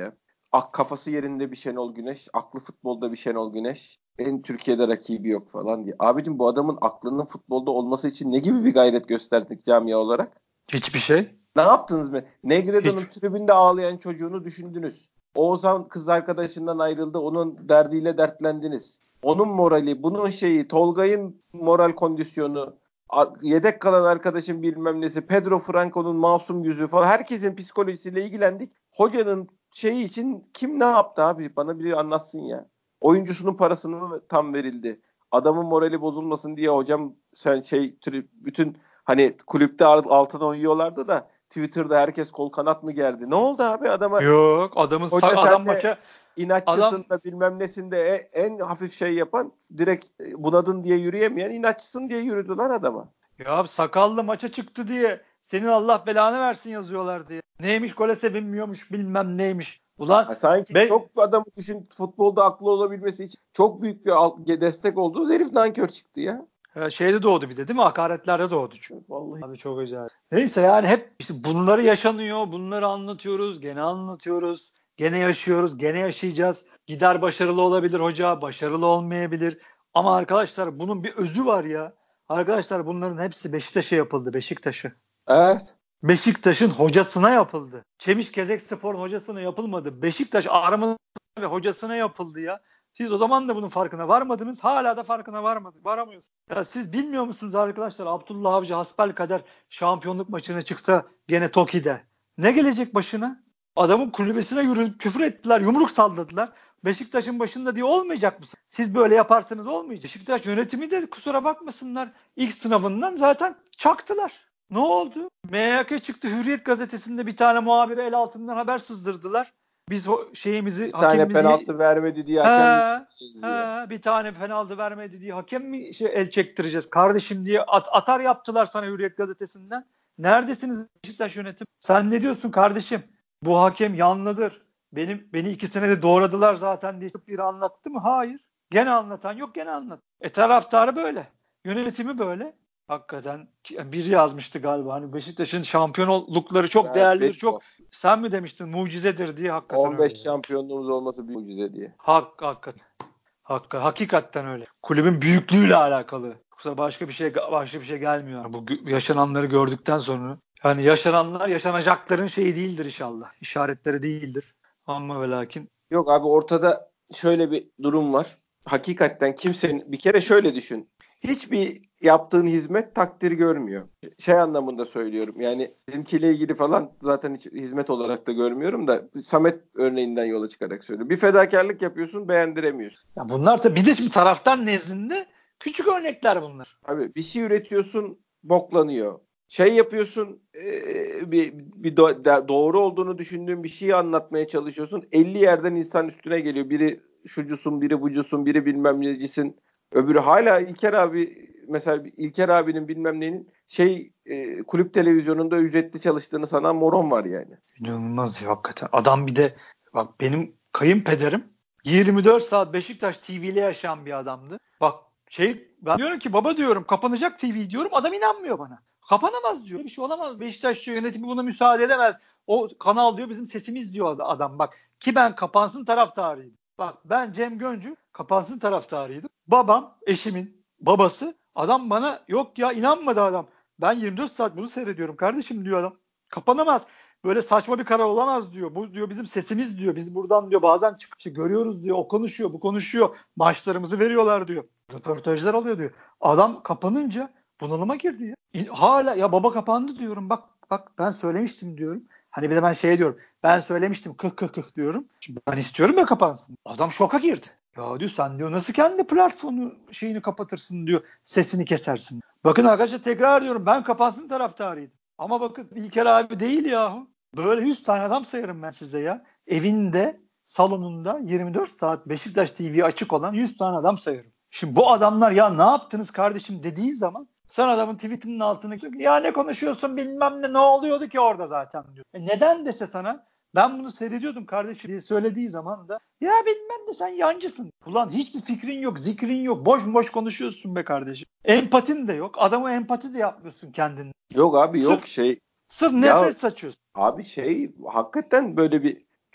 ak kafası yerinde bir Şenol Güneş, aklı futbolda bir Şenol Güneş. En Türkiye'de rakibi yok falan diye. Abicim bu adamın aklının futbolda olması için ne gibi bir gayret gösterdik camia olarak? Hiçbir şey. Ne yaptınız mı? Negredo'nun Hiç. tribünde ağlayan çocuğunu düşündünüz. Oğuzhan kız arkadaşından ayrıldı. Onun derdiyle dertlendiniz. Onun morali, bunun şeyi, Tolga'nın moral kondisyonu, yedek kalan arkadaşın bilmem nesi, Pedro Franco'nun masum yüzü falan. Herkesin psikolojisiyle ilgilendik. Hocanın şeyi için kim ne yaptı abi? Bana biri anlatsın ya. Oyuncusunun parasını mı tam verildi? Adamın morali bozulmasın diye hocam sen şey bütün hani kulüpte altına uyuyorlardı da Twitter'da herkes kol kanat mı gerdi? Ne oldu abi adama? Yok adamın Hoca adam sen de maça inatçısın adam da bilmem nesinde en hafif şey yapan direkt bunadın diye yürüyemeyen inatçısın diye yürüdüler adama. ya sakallı maça çıktı diye senin Allah belanı versin yazıyorlar diye. Neymiş gole sevinmiyormuş bilmem neymiş. Ulan Ha, sanki be, çok adamı düşün futbolda aklı olabilmesi için çok büyük bir destek olduğu herif nankör çıktı ya. şeyde doğdu bir de değil mi? Hakaretlerde doğdu çünkü. Vallahi. Abi çok acayip. Neyse yani hep işte bunları yaşanıyor. Bunları anlatıyoruz. Gene anlatıyoruz. Gene yaşıyoruz. Gene yaşayacağız. Gider başarılı olabilir hoca. Başarılı olmayabilir. Ama arkadaşlar bunun bir özü var ya. Arkadaşlar bunların hepsi Beşiktaş'a yapıldı. Beşiktaş'a. Evet. Beşiktaş'ın hocasına yapıldı. Çemişkezekspor'un hocasına yapılmadı. Beşiktaş Armağan ve hocasına yapıldı ya. Siz o zaman da bunun farkına varmadınız. Hala da farkına varmadık. Varamıyorsunuz. Ya siz bilmiyor musunuz arkadaşlar? Abdullah Avcı hasbelkader şampiyonluk maçına çıksa gene Toki'de. Ne gelecek başına? Adamın kulübesine yürüyüp küfür ettiler. Yumruk salladılar. Beşiktaş'ın başında diye olmayacak mısın? Siz böyle yaparsanız olmayacak. Beşiktaş yönetimi de kusura bakmasınlar. İlk sınavından zaten çaktılar. Ne oldu? M H K çıktı Hürriyet gazetesinde bir tane muhabire el altından haber sızdırdılar. Biz o şeyimizi Bir tane penaltı vermedi diye hakem mi he, bir tane penaltı vermedi diye hakem mi şey el çektireceğiz kardeşim diye at, atar yaptılar sana Hürriyet gazetesinden. Neredesiniz Beşiktaş yönetim? Sen ne diyorsun kardeşim? Bu hakem yanlıdır. Benim beni iki senede doğradılar zaten diye bir anlattı mı? Hayır. Gene anlatan yok, gene anlat. E taraftarı böyle. Yönetimi böyle. Hakikaten biri yazmıştı galiba. Hani Beşiktaş'ın şampiyonlukları çok Evet, değerlidir. beş, Çok sen mi demiştin mucizedir diye hakikaten on beş öyle. şampiyonluğumuz olması bir mucize diye. Hak, hakikaten. Hak, hakikaten öyle. Kulübün büyüklüğüyle alakalı. Yoksa başka bir şey başka bir şey gelmiyor. Bu yaşananları gördükten sonra hani yaşananlar yaşanacakların şeyi değildir inşallah. İşaretleri değildir. Ama ve lakin. Yok abi ortada şöyle bir durum var. Hakikaten kimsenin bir kere şöyle düşün. Hiçbir yaptığın hizmet takdir görmüyor. Şey anlamında söylüyorum. Yani bizimkiyle ilgili falan zaten hiç hizmet olarak da görmüyorum da Samet örneğinden yola çıkarak söylüyorum. Bir fedakarlık yapıyorsun, beğendiremiyorsun. Ya bunlar da bir de şimdi taraftar nezdinde küçük örnekler bunlar. Abi bir şey üretiyorsun, boklanıyor. Şey yapıyorsun, e, bir, bir do- da- doğru olduğunu düşündüğün bir şeyi anlatmaya çalışıyorsun. elli yerden insan üstüne geliyor. Biri şucusun, biri bucusun, biri bilmem necisin. Öbürü hala İlker abi mesela İlker abinin bilmem neyin şey e, kulüp televizyonunda ücretli çalıştığını sanan moron var yani. İnanılmaz ya hakikaten. Adam bir de bak benim kayınpederim yirmi dört saat Beşiktaş T V'yle yaşayan bir adamdı. Bak şey ben diyorum ki baba diyorum kapanacak T V diyorum adam inanmıyor bana. Kapanamaz diyor. Bir şey olamaz. Beşiktaş diyor, yönetimi buna müsaade edemez. O kanal diyor bizim sesimiz diyor adam bak. Ki ben kapansın taraftarıydım. Bak ben Cem Göncü kapansın taraftarıydım. Babam eşimin babası adam bana yok ya inanmadı adam. Ben yirmi dört saat bunu seyrediyorum kardeşim diyor adam. Kapanamaz. Böyle saçma bir karar olamaz diyor. Bu diyor bizim sesimiz diyor. Biz buradan diyor bazen çıkışı görüyoruz diyor. O konuşuyor, bu konuşuyor. Maçlarımızı veriyorlar diyor. Röportajlar alıyor diyor. Adam kapanınca bunalıma girdi ya. Hala ya baba kapandı diyorum. Bak bak ben söylemiştim diyorum. Hani bir de ben şey diyorum. Ben söylemiştim kıh kıh kıh diyorum. Şimdi ben istiyorum ya kapansın. Adam şoka girdi. Ya diyor sen diyor nasıl kendi platformu şeyini kapatırsın diyor. Sesini kesersin. Bakın arkadaşlar tekrar diyorum ben kapansın taraftarıydım. Ama bakın İlker abi değil yahu. Böyle yüz tane adam sayarım ben size ya. Evinde, salonunda yirmi dört saat Beşiktaş T V açık olan yüz tane adam sayarım. Şimdi bu adamlar ya ne yaptınız kardeşim dediği zaman sen adamın tweetinin altına diyor ki ya ne konuşuyorsun bilmem ne ne oluyordu ki orada zaten diyor. E neden dese sana ben bunu seyrediyordum kardeşim diye söylediği zaman da ya bilmem de sen yancısın. Ulan hiçbir fikrin yok, zikrin yok. Boş boş konuşuyorsun be kardeşim. Empatin de yok. Adamı empati de yapmıyorsun kendin. Yok abi yok Sırf, şey. sırf Ya nefret saçıyorsun. abi şey hakikaten böyle bir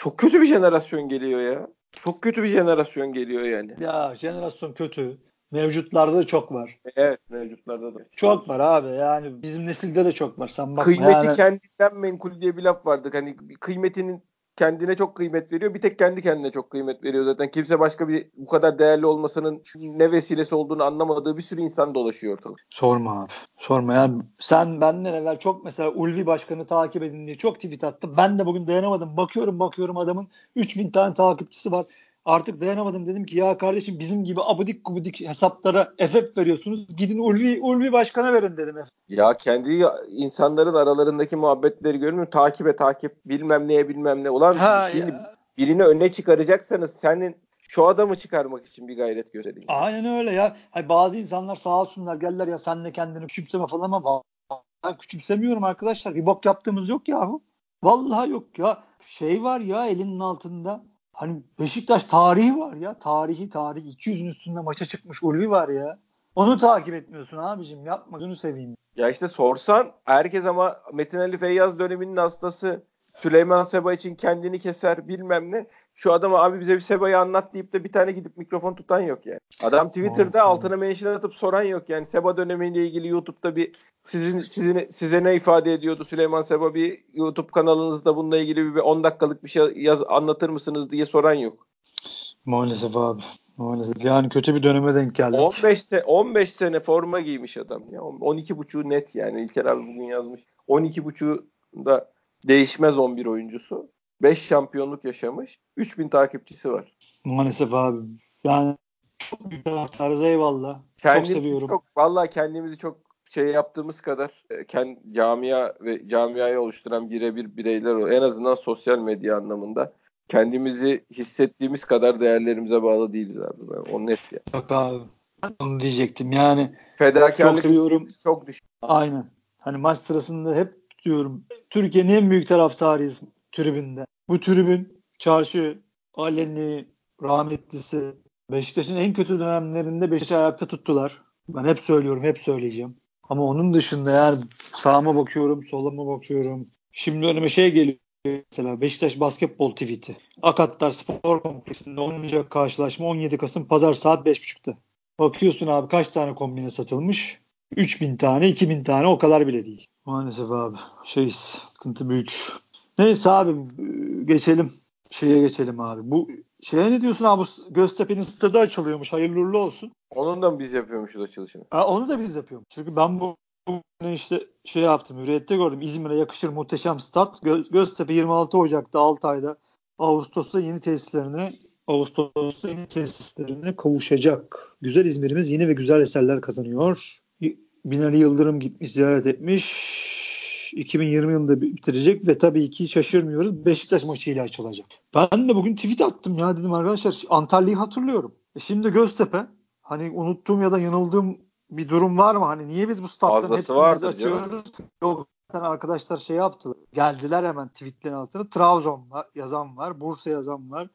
Çok kötü bir jenerasyon geliyor ya. Çok kötü bir jenerasyon geliyor yani. Ya jenerasyon kötü. Mevcutlarda da çok var. Evet, mevcutlarda da. Çok var abi. Yani bizim nesilde de çok var. Sen bakma Kıymeti yani. kendinden menkul diye bir laf vardı. Hani kıymetinin kendine çok kıymet veriyor. Bir tek kendi kendine çok kıymet veriyor zaten. Kimse başka bir bu kadar değerli olmasının ne vesilesi olduğunu anlamadığı bir sürü insan dolaşıyor ortalık. Sorma abi. Sorma ya. Sen benden evvel çok mesela Ulvi Başkan'ı takip edin diye çok tweet attım. Ben de bugün dayanamadım. Bakıyorum bakıyorum adamın üç bin tane takipçisi var. Artık dayanamadım, dedim ki ya kardeşim bizim gibi abidik gubidik hesaplara F F veriyorsunuz. Gidin Ulvi, Ulvi Başkan'a verin dedim. Ya kendi insanların aralarındaki muhabbetleri görmüyor. Takibe takip bilmem neye bilmem ne. Ulan Ha şimdi ya. birini öne çıkaracaksanız senin şu adamı çıkarmak için bir gayret gösterin. Aynen öyle ya. Hay bazı insanlar sağ olsunlar geldiler ya sen de kendini küçümseme falan ama ben küçümsemiyorum arkadaşlar. Bir bok yaptığımız yok yahu. Vallahi yok ya. Şey var ya elinin altında. Hani Beşiktaş tarihi var ya. Tarihi tarihi. iki yüzün üstünde maça çıkmış Ulvi var ya. Onu takip etmiyorsun abicim. Yapma gözünü seveyim. Ya işte sorsan herkes ama Metin Ali Feyyaz döneminin hastası Süleyman Seba için kendini keser bilmem ne. Şu adama abi bize bir Seba'yı anlat deyip de bir tane gidip mikrofon tutan yok yani. Adam Twitter'da Maalesef. altına mention atıp soran yok yani. Seba dönemiyle ilgili YouTube'da bir sizin, sizin size ne ifade ediyordu Süleyman Seba, bir YouTube kanalınızda bununla ilgili bir on dakikalık bir şey yaz, anlatır mısınız diye soran yok. Maalesef abi. Maalesef. Yani kötü bir döneme denk geldik. on beşte on beş sene forma giymiş adam ya. on iki buçuğu net yani. İlker abi bugün yazmış. on iki buçuğu da değişmez on bir oyuncusu. beş şampiyonluk yaşamış. üç bin takipçisi var. Maalesef abi. Yani çok büyük taraftarız, eyvallah. Çok Kendimizi seviyorum. çok vallahi kendimizi çok şey yaptığımız kadar e, kendi camia ve camiayı oluşturan birebir bireyler o. En azından sosyal medya anlamında kendimizi hissettiğimiz kadar değerlerimize bağlı değiliz abi. Ben, o net ya. Bak abi. Onu diyecektim. Yani çok Fedakarlık seviyorum. çok düşük. Aynen. Hani maç sırasında hep diyorum Türkiye'nin en büyük taraftarıyız tribünde. Bu tribün çarşı, Aleni, rahmetlisi, Beşiktaş'ın en kötü dönemlerinde Beşiktaş'ı ayakta tuttular. Ben hep söylüyorum, hep söyleyeceğim. Ama onun dışında yani sağıma bakıyorum, soluma bakıyorum. Şimdi önüme şey geliyor mesela Beşiktaş basketbol tweet'i. Akatlar Spor Kompleksinde oynanacak karşılaşma on yedi Kasım Pazar saat beş buçukta. Bakıyorsun abi kaç tane kombine satılmış? üç bin tane, iki bin tane, o kadar bile değil. Maalesef abi. Şey, sıkıntı büyük. Neyse abi geçelim. Şeye geçelim abi. Bu şeye ne diyorsun abi? Bu Göztepe'nin stadı açılıyormuş. Hayırlı uğurlu olsun. Onun da mı biz yapıyormuşuz açılışını? Ha, onu da biz yapıyoruz. Çünkü ben bu bu işte şey yaptım. Hürriyet'te gördüm. İzmir'e yakışır muhteşem stat. Gö- Göztepe yirmi altı Ocak'ta Altay'da Ağustos'ta yeni tesislerine Ağustos'ta yeni tesislerine kavuşacak. Güzel İzmir'imiz yeni ve güzel eserler kazanıyor. Binali Yıldırım gitmiş ziyaret etmiş. iki bin yirmi yılında bitirecek ve tabii ki şaşırmıyoruz. Beşiktaş maçıyla açılacak. Ben de bugün tweet attım ya, dedim arkadaşlar Antalya'yı hatırlıyorum. E şimdi Göztepe, hani unuttuğum ya da yanıldığım bir durum var mı? Hani niye biz bu statların Fazlası hepsini biz vardır canım. açıyoruz? Yok, arkadaşlar şey yaptılar. Geldiler hemen tweetlerin altına. Trabzon var, yazan var. Bursa yazan var.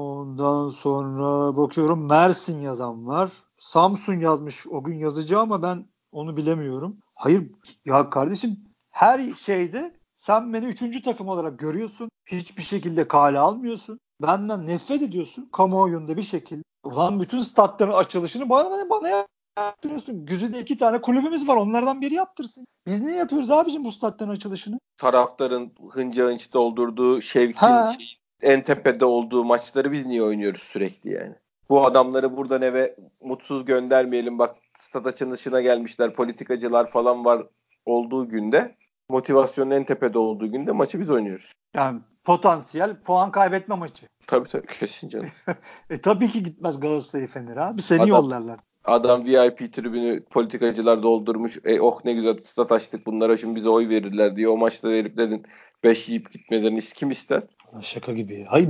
Ondan sonra bakıyorum Mersin yazan var. Samsun yazmış o gün yazacağı ama ben onu bilemiyorum. Hayır ya kardeşim, her şeyde sen beni üçüncü takım olarak görüyorsun. Hiçbir şekilde kale almıyorsun. Benden nefret ediyorsun. Kamuoyunda bir şekilde. Ulan bütün statların açılışını bana, bana yaptırıyorsun. Güzide iki tane kulübümüz var. Onlardan biri yaptırsın. Biz niye yapıyoruz abicim bu statların açılışını? Taraftarın hınca hınç doldurduğu, Şevk'in Ha. şey, en tepede olduğu maçları biz niye oynuyoruz sürekli yani? Bu adamları buradan eve mutsuz göndermeyelim. Bak stat açılışına gelmişler, politikacılar falan var olduğu günde, motivasyonun en tepede olduğu günde maçı biz oynuyoruz. Yani potansiyel puan kaybetme maçı. Tabii tabii kesin canım. e tabii ki gitmez Galatasaray Fener abi. Seni Adam yollarlar. Adam V I P tribünü politikacılar doldurmuş. E, oh ne güzel stat açtık, bunlara şimdi bize oy verirler diye o maçları heriflerin beş yiyip gitmelerini kim ister? Şaka gibi. Hayır,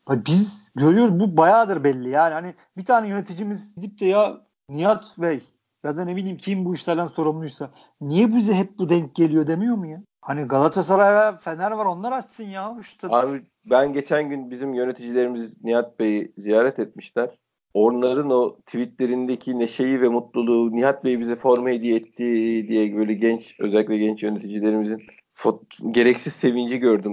biz görüyoruz, bu bayağıdır belli yani. Hani bir tane yöneticimiz gidip de ya Nihat Bey ya da ne bileyim kim bu işlerden sorumluysa niye bize hep bu denk geliyor demiyor mu ya? Hani Galatasaray ve Fener var, onlar açsın ya. İşte. Abi ben geçen gün bizim yöneticilerimiz Nihat Bey'i ziyaret etmişler. Onların o tweetlerindeki neşeyi ve mutluluğu, Nihat Bey bize forma hediye etti diye böyle genç, özellikle genç yöneticilerimizin fot- gereksiz sevinci gördüm.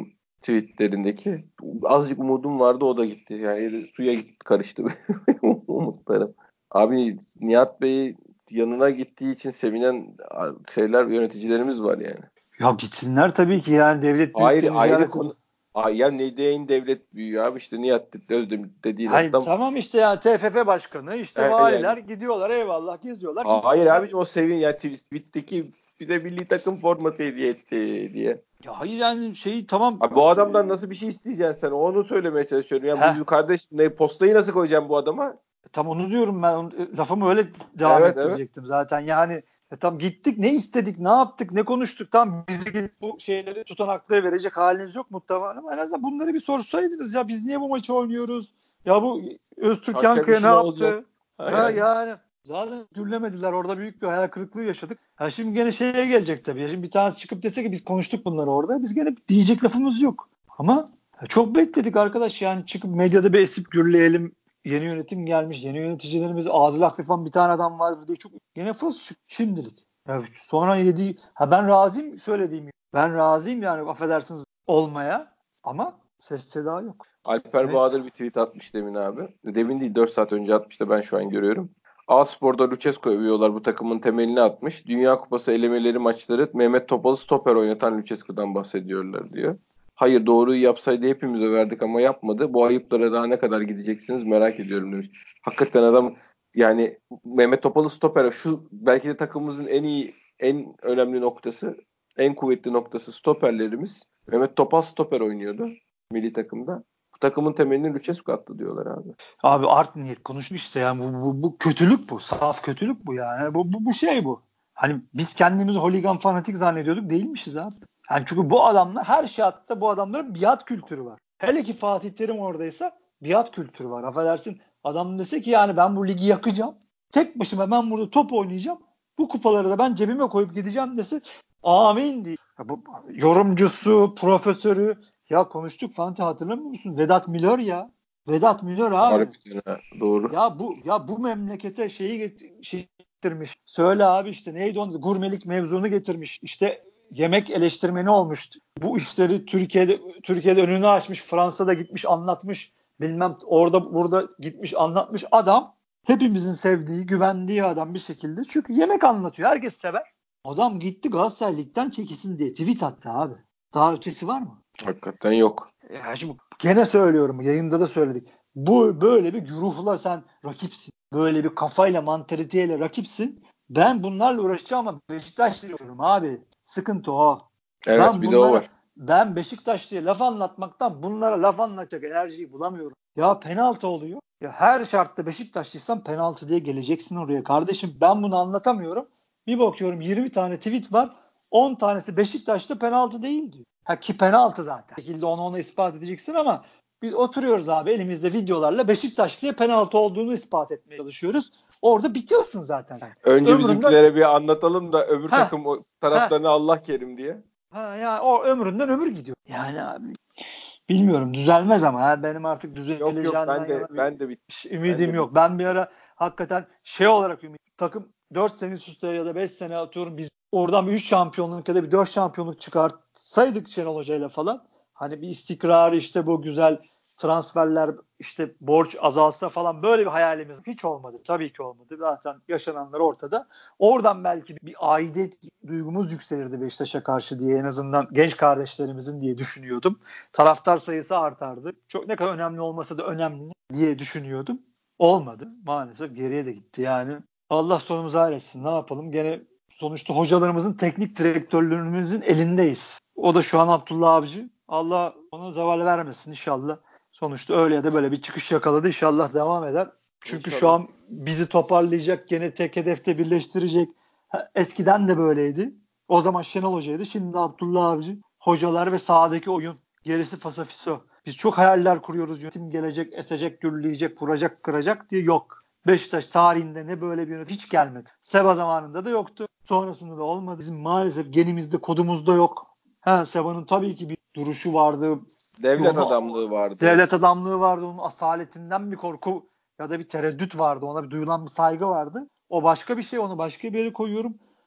tweetlerindeki. Azıcık umudum vardı, o da gitti. Yani suya gitti, karıştı umutlarım. Abi Nihat Bey yanına gittiği için sevinen şeyler, yöneticilerimiz var yani. Ya gitsinler tabii ki, yani devlet Hayır, büyüklerini ayrı ziyaret konu. edin. Ay ya, ne deyin devlet büyüğü abi, işte Nihat Özdemir dediğin Hayır adam. tamam işte, ya T F F başkanı işte, E, valiler yani gidiyorlar, eyvallah, geziyorlar, hayır gitsinler. abi, o sevin ya, tweet'teki bize milli takım forması hediye etti diye. Ya hayır yani şey tamam. Abi bu adamdan nasıl bir şey isteyeceksin sen? Onu söylemeye çalışıyorum. Ya Heh, bu kardeşim, ne postayı nasıl koyacağım bu adama? tam onu diyorum ben. Onu- lafımı öyle devam Evet, evet. ettirecektim zaten. Yani e, tam gittik, ne istedik, ne yaptık, ne konuştuk, tam bizi gelip bu şeyleri tutanakları verecek haliniz yok muhtemelen, ama en azından bunları bir sorsaydınız ya, biz niye bu maçı oynuyoruz? Ya bu Öztürk Hakem Yankaya ne işi ne olacak? yaptı? Ha Ha yani. yani zaten gürlemediler, orada büyük bir hayal kırıklığı yaşadık. Ha şimdi gene şeye gelecek tabii. Ya şimdi bir tanesi çıkıp dese ki biz konuştuk bunları orada, biz gene diyecek lafımız yok. Ama çok bekledik arkadaş, yani çıkıp medyada bir esip gürleyelim. Yeni yönetim gelmiş, yeni yöneticilerimiz ağzı laf yapan bir tane adam var diye çok gene fıs şimdilik. Ya sonra yedi, ha ben razıyım söylediğim. Ben razıyım yani, affedersiniz, olmaya, ama ses seda yok. Alper Neyse. Bahadır bir tweet atmış demin abi. Demin değil, dört saat önce atmış da ben şu an görüyorum. A-Spor'da Lucescu övüyorlar, bu takımın temelini atmış. Dünya Kupası elemeleri maçları Mehmet Topal'ı stoper oynatan Lucescu'dan bahsediyorlar diyor. Hayır, doğruyu yapsaydı hepimiz överdik ama yapmadı. Bu ayıplara daha ne kadar gideceksiniz merak ediyorum demiş. Hakikaten adam, yani Mehmet Topal'ı stoper, şu belki de takımımızın en iyi, en önemli noktası, en kuvvetli noktası stoperlerimiz. Mehmet Topal stoper oynuyordu milli takımda. Bu takımın temelini Lucescu attı diyorlar abi. Abi art niyet konuştuk işte, yani bu, bu, bu kötülük bu. Saf kötülük bu yani. Bu, bu, bu şey bu. Hani biz kendimizi holigan fanatik zannediyorduk, değilmişiz abi. Yani çünkü bu adamlar, her şartta bu adamların biat kültürü var. Hele ki Fatih Terim oradaysa biat kültürü var. Affedersin, adam dese ki yani ben bu ligi yakacağım. Tek başıma ben burada top oynayacağım. Bu kupaları da ben cebime koyup gideceğim dese, amin diye. Ya bu yorumcusu, profesörü, ya konuştuk Fatih, hatırlamıyor musun? Vedat Milor ya. Vedat Milor abi. Harbiden ha, doğru. Ya bu ya bu memlekete şeyi get- şey getirmiş. Söyle abi, işte neydi onun, gurmelik mevzunu getirmiş. İşte yemek eleştirmeni olmuş. Bu işleri Türkiye'de Türkiye'de önünü açmış. Fransa'da gitmiş anlatmış. Bilmem orada burada gitmiş anlatmış adam. Hepimizin sevdiği, güvendiği adam bir şekilde. Çünkü yemek anlatıyor. Herkes sever. Adam gitti Galatasaray Lig'den çekilsin diye tweet attı abi. Daha ötesi var mı? Hakikaten yok. Ya şimdi gene söylüyorum, yayında da söyledik. Bu böyle bir güruhla sen rakipsin. Böyle bir kafayla, mantaliteyle rakipsin. Ben bunlarla uğraşacağım ama Beşiktaş'la uğraşıyorum abi. Sıkıntı o. Evet, Ben bir de o bunlara var. ben Beşiktaşlı'ya laf anlatmaktan bunlara laf anlatacak enerjiyi bulamıyorum. Ya penaltı oluyor. Ya her şartta Beşiktaşlıysan penaltı diye geleceksin oraya. Kardeşim ben bunu anlatamıyorum. Bir bakıyorum yirmi tane tweet var. on tanesi Beşiktaş'ta penaltı değil diyor. Ha ki penaltı zaten. Bir şekilde onu ona ispat edeceksin ama biz oturuyoruz abi elimizde videolarla, Beşiktaşlı'ya penaltı olduğunu ispat etmeye çalışıyoruz. Orada bitiyorsun zaten. Önce Ömründen bizimkilere bir anlatalım da öbür ha takım ha taraftarına Allah kerim diye. ha yani o ömründen ömür gidiyor. Yani abi bilmiyorum, düzelmez ama ha, benim artık Yok yok, düzeleceğinden ben de yana bir ben de bit ben ümidim de bit. yok. Ben bir ara hakikaten şey olarak ümit, takım dört sene üst üste ya da beş sene atıyorum, biz oradan bir üç şampiyonluk ya da bir dört şampiyonluk çıkartsaydık Şenol Hoca'yla falan, hani bir istikrarı, işte bu güzel transferler, işte borç azalsa falan, böyle bir hayalimiz hiç olmadı. Tabii ki olmadı. Zaten yaşananlar ortada. Oradan belki bir aidiyet duygumuz yükselirdi Beşiktaş'a karşı diye, en azından genç kardeşlerimizin diye düşünüyordum. Taraftar sayısı artardı. Çok ne kadar önemli olmasa da önemli diye düşünüyordum. Olmadı. Maalesef geriye de gitti yani. Allah sonumuzu hayretsin. Ne yapalım? Gene sonuçta hocalarımızın, teknik direktörlerimizin elindeyiz. O da şu an Abdullah Avcı. Allah ona zeval vermesin inşallah. Sonuçta öyle ya da böyle bir çıkış yakaladı. İnşallah devam eder. Çünkü şu İnşallah. an bizi toparlayacak, gene tek hedefte birleştirecek. Ha, eskiden de böyleydi. O zaman Şenol Hoca'ydı. Şimdi Abdullah Avcı. Hocalar ve sahadaki oyun. Gerisi fasafiso. Biz çok hayaller kuruyoruz. Yönetim gelecek, esecek, gürleyecek, vuracak, kıracak diye, yok. Beşiktaş tarihinde ne böyle bir yönetim hiç gelmedi. Seba zamanında da yoktu. Sonrasında da olmadı. Bizim maalesef genimizde, kodumuzda yok. Ha, Seba'nın tabii ki bir duruşu vardı. Devlet Onu, adamlığı vardı. devlet adamlığı vardı. Onun asaletinden bir korku ya da bir tereddüt vardı. Ona bir duyulan bir saygı vardı. O başka bir şey. Onu başka bir yere koyuyorum.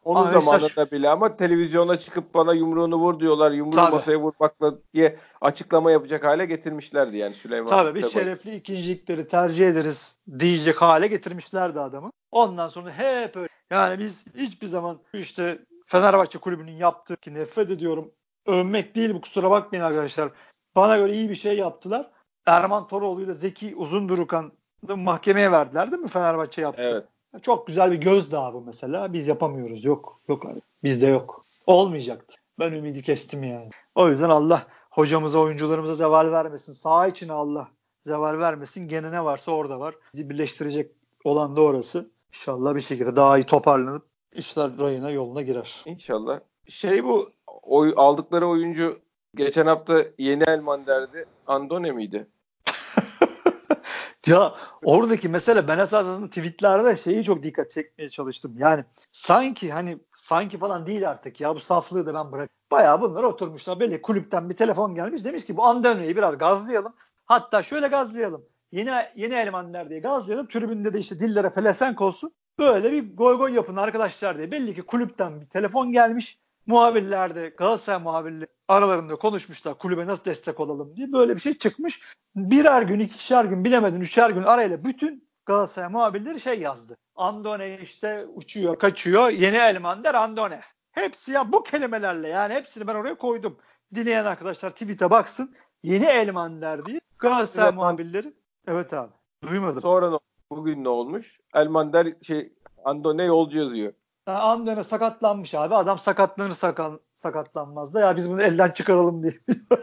Onun Ama Beşiktaş zamanında bile ama televizyona çıkıp bana yumruğunu vur diyorlar. Yumruğu tabii. masaya vurmakla diye açıklama yapacak hale getirmişlerdi yani Süleyman Tabii biz Seba. şerefli ikincilikleri tercih ederiz diyecek hale getirmişlerdi adamı. Ondan sonra hep öyle. Yani biz hiçbir zaman işte Fenerbahçe kulübünün yaptığı ki nefret ediyorum. Övmek değil bu, kusura bakmayın arkadaşlar. Bana göre iyi bir şey yaptılar. Erman Toroğlu ile Zeki Uzundurukan'ı mahkemeye verdiler değil mi, Fenerbahçe yaptı. Evet. Çok güzel bir gözdağı bu mesela. Biz yapamıyoruz. Yok. Yok abi. Bizde yok. Olmayacaktı. Ben ümidi kestim yani. O yüzden Allah hocamıza, oyuncularımıza zeval vermesin. Saha içine Allah zeval vermesin. Gene ne varsa orada var. Bizi birleştirecek olan da orası. İnşallah bir şekilde daha iyi toparlanıp işler rayına, yoluna girer. İnşallah. Şey bu oy, aldıkları oyuncu geçen hafta Yeni Elman derdi. Andone miydi? Ya oradaki mesele, ben esasında tweetlerde şeyi çok dikkat çekmeye çalıştım. Yani sanki hani sanki falan değil artık ya, bu saflığı da ben bırak. Bayağı bunlar oturmuşlar, belli kulüpten bir telefon gelmiş, demiş ki bu Antonio'yu birer gazlayalım. Hatta şöyle gazlayalım. Yeni yeni elemanlar diye gazlayalım. Tribünde de işte dillere pelesenk olsun. Böyle bir goy goy yapın arkadaşlar diye. Belli ki kulüpten bir telefon gelmiş. Muhabirler de, Galatasaray muhabirleri aralarında konuşmuşlar kulübe nasıl destek olalım diye. Böyle bir şey çıkmış. Birer gün, ikişer gün, bilemedin üçer gün arayla bütün Galatasaray muhabirleri şey yazdı. Andone işte uçuyor, kaçıyor. Yeni eleman der Andone. Hepsi ya bu kelimelerle, yani hepsini ben oraya koydum. Dinleyen arkadaşlar tweet'e baksın. Yeni eleman der diye Galatasaray Süleyman muhabirleri. Evet abi. Duymadım. sonra ne, bugün ne olmuş? Elman der şey Andone yolcu yazıyor. Yani Andone sakatlanmış abi. Adam sakatlanır sakan, sakatlanmaz da ya biz bunu elden çıkaralım diye.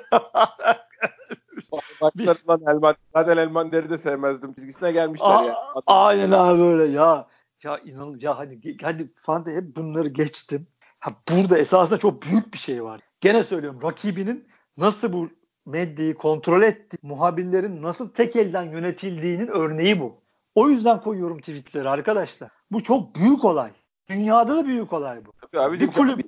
bir, Başlarından Elman. Zaten Elman deri de sevmezdim. Çizgisine gelmişler A- ya. aynen abi böyle ya. Ya inan ya, hani hani Fante hep bunları geçtim. Ha, burada esasında çok büyük bir şey var. Gene söylüyorum, rakibinin nasıl bu medyayı kontrol etti, muhabirlerin nasıl tek elden yönetildiğinin örneği bu. O yüzden koyuyorum tweetleri arkadaşlar. Bu çok büyük olay. Dünyada da büyük olay bu. Tabii Bir abicim, kulüp.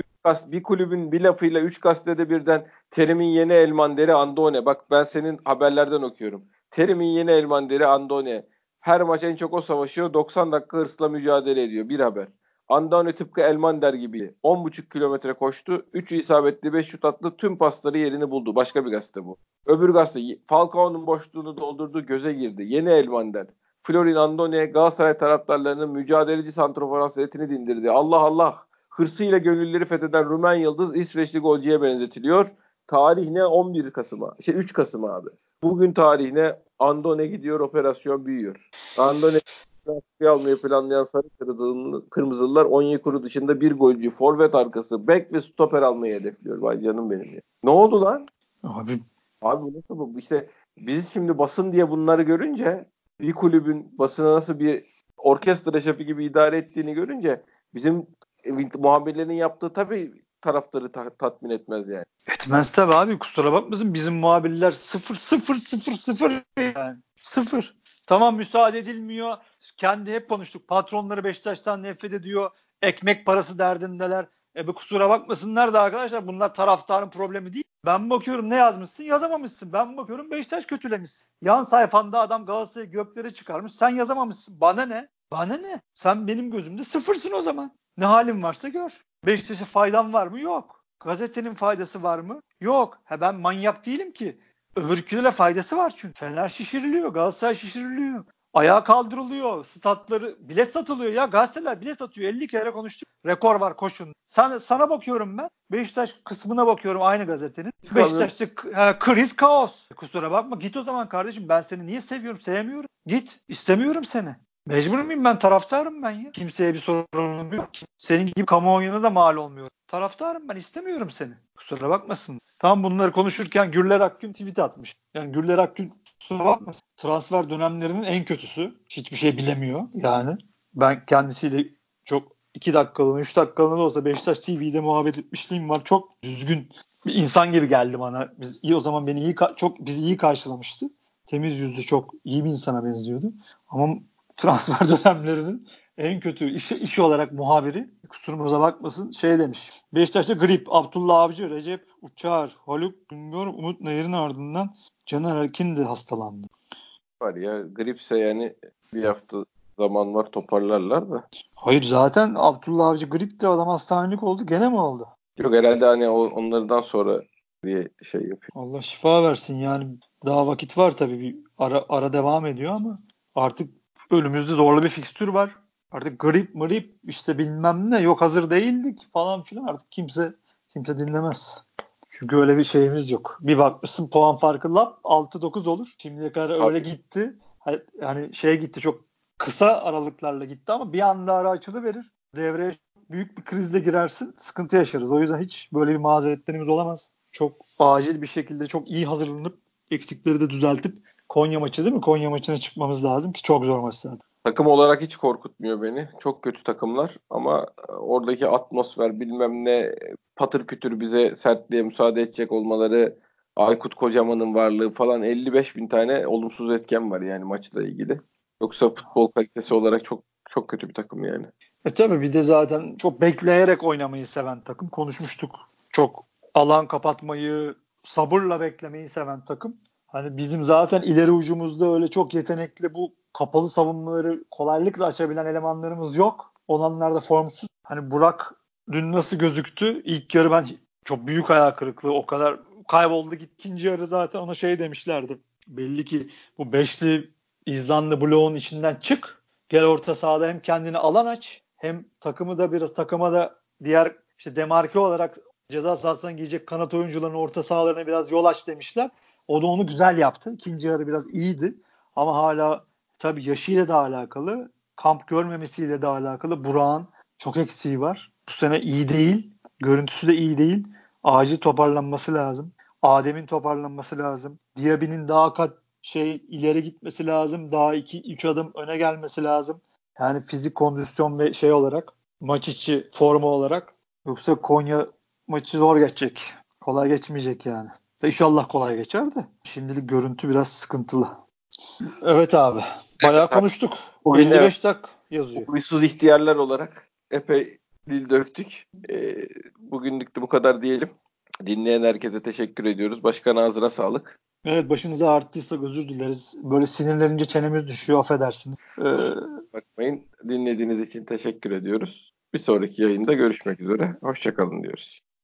bir kulübün bir lafıyla üç gazetede birden Terim'in yeni Elmanderi Andone. Bak ben senin haberlerden okuyorum. Terim'in yeni Elmanderi Andone. Her maç en çok o savaşıyor. doksan dakika hırsla mücadele ediyor. Bir haber. Andone tıpkı Elmander gibi on buçuk kilometre koştu. üç isabetli beş şut attı. Tüm pasları yerini buldu. Başka bir gazete bu. Öbür gazete Falcao'nun boşluğunu doldurdu. Göze girdi. Yeni Elmander. Florin Andone Galatasaray taraftarlarının mücadeleci santrofor hasretini dindirdi. Allah Allah. Hırsıyla gönülleri fetheden Rumen Yıldız İsveçli golcüye benzetiliyor. Tarih ne? on bir Kasım'a. Şey üç Kasım abi. Bugün tarih ne? Andone gidiyor, operasyon büyüyor. Andone almayı planlayan sarı kırmızılılar Onyekuru dışında bir golcü, forvet arkası, bek ve stoper almayı hedefliyor. Vay canım benim ya. Ne oldu lan? Abi Abi bu nasıl bu? İşte biz şimdi basın diye bunları görünce, bir kulübün basına nasıl bir orkestra şefi gibi idare ettiğini görünce bizim muhabirlerin yaptığı tabii taraftarı ta- tatmin etmez yani. etmez tabii abi, kusura bakmasın, bizim muhabirler sıfır sıfır sıfır sıfır yani sıfır. Tamam, müsaade edilmiyor. Kendi hep konuştuk. Patronları Beşiktaş'tan nefret ediyor. Ekmek parası derdindeler. E bu kusura bakmasınlar da arkadaşlar, bunlar taraftarın problemi değil. Ben bakıyorum ne yazmışsın, yazamamışsın. Ben bakıyorum Beşiktaş kötülemişsin. Yan sayfanda adam Galatasaray'ı göklere çıkarmış. Sen yazamamışsın. Bana ne? Bana ne? Sen benim gözümde sıfırsın o zaman. Ne halin varsa gör. Beşiktaş'a faydan var mı? Yok. Gazetenin faydası var mı? Yok. Ha, ben manyak değilim ki. Öbürkülere faydası var çünkü. Fener şişiriliyor, Galatasaray şişiriliyor. Ayağa kaldırılıyor. Statları, bilet satılıyor ya. Gazeteler bilet satıyor. elli kere konuştuk. Rekor var, koşun. Sana, sana bakıyorum ben. Beşiktaş kısmına bakıyorum aynı gazetenin. Beşiktaş'ta e, kriz, kaos. Kusura bakma, git o zaman kardeşim. Ben seni niye seviyorum, sevmiyorum. Git. İstemiyorum seni. Mecbur muyum, ben taraftarım ben ya. Kimseye bir sorunum yok ki. Senin gibi kamuoyuna da mal olmuyorum. Taraftarım ben, istemiyorum seni. Kusura bakmasın. Tam bunları konuşurken Gürler Akgün tweet atmış. Yani Gürler Akgün, kusura bakmasın, transfer dönemlerinin en kötüsü. Hiçbir şey bilemiyor yani. Ben kendisiyle çok iki dakikalığına, üç dakikalığına da olsa Beşiktaş T V'de muhabbet etmişliğim var. Çok düzgün bir insan gibi geldi bana. Biz, iyi, o zaman beni iyi çok bizi iyi karşılamıştı. Temiz yüzlü, çok iyi bir insana benziyordu. Ama transfer dönemlerinin en kötü iş, iş olarak muhabiri, kusurumuza bakmasın, şey demiş. Beşiktaş'ta grip, Abdullah Avcı, Recep Uçar, Haluk Güngör, Umut Nayır'ın ardından Caner Erkin de hastalandı. Var ya gripse yani bir hafta zaman var, toparlarlar da. Hayır zaten Abdullah Avcı grip de adam hastanelik oldu. Gene mi oldu? Yok herhalde hani o, onlardan sonra diye şey yapıyor. Allah şifa versin yani. Daha vakit var tabii. Bir ara, ara devam ediyor ama artık önümüzde zorlu bir fikstür var. Artık grip mrip işte bilmem ne yok hazır değildik falan filan artık kimse kimse dinlemez. Çünkü öyle bir şeyimiz yok. Bir bakmışsın puan farkı lap altı dokuz olur. Şimdiye kadar öyle Tabii. gitti. Yani şey gitti çok kısa aralıklarla gitti ama bir anda ara açılıverir. Devreye büyük bir krizle girersin. Sıkıntı yaşarız. O yüzden hiç böyle bir mazeretlerimiz olamaz. Çok acil bir şekilde çok iyi hazırlanıp eksikleri de düzeltip Konya maçı değil mi? Konya maçına çıkmamız lazım ki çok zor maç zaten. Takım olarak hiç korkutmuyor beni. Çok kötü takımlar ama oradaki atmosfer bilmem ne patır kütür bize sertliğe müsaade edecek olmaları, Aykut Kocaman'ın varlığı falan elli beş bin tane olumsuz etken var yani maçla ilgili. Yoksa futbol kalitesi olarak çok çok kötü bir takım yani. E tabii bir de zaten çok bekleyerek oynamayı seven takım. Konuşmuştuk. Çok alan kapatmayı, sabırla beklemeyi seven takım. Hani bizim zaten ileri ucumuzda öyle çok yetenekli bu kapalı savunmaları kolaylıkla açabilen elemanlarımız yok. Olanlar da formsuz. Hani Burak dün nasıl gözüktü? İlk yarı ben çok büyük hayal kırıklığı o kadar kayboldu gitti. İkinci yarı zaten ona şey demişlerdi. Belli ki bu beşli İzlanda bloğun içinden çık. Gel orta sahada hem kendini alan aç hem takımı da biraz takıma da diğer işte demarke olarak ceza sahasından giyecek kanat oyuncuların orta sahalarına biraz yol aç demişler. O da onu güzel yaptı. İkinci yarı biraz iyiydi. Ama hala tabii yaşıyla da alakalı, kamp görmemesiyle de alakalı Burak'ın çok eksiği var. Bu sene iyi değil. Görüntüsü de iyi değil. Acil toparlanması lazım. Adem'in toparlanması lazım. Diaby'nin daha kat şey ileri gitmesi lazım. Daha iki üç adım öne gelmesi lazım. Yani fizik kondisyon ve şey olarak maç içi forma olarak yoksa Konya maçı zor geçecek. Kolay geçmeyecek yani. İnşallah kolay geçer de. Şimdilik görüntü biraz sıkıntılı. Evet abi. Bayağı Evet, konuştuk. bugün evet, elli beş dak yazıyor. uysuz ihtiyarlar olarak epey dil döktük. Ee, bugünlük de bu kadar diyelim. Dinleyen herkese teşekkür ediyoruz. Başkan ağzına sağlık. Evet başınıza arttıysa özür dileriz. Böyle sinirlenince çenemiz düşüyor affedersiniz. Ee, Bakmayın. Dinlediğiniz için teşekkür ediyoruz. Bir sonraki yayında görüşmek üzere. Hoşça kalın diyoruz.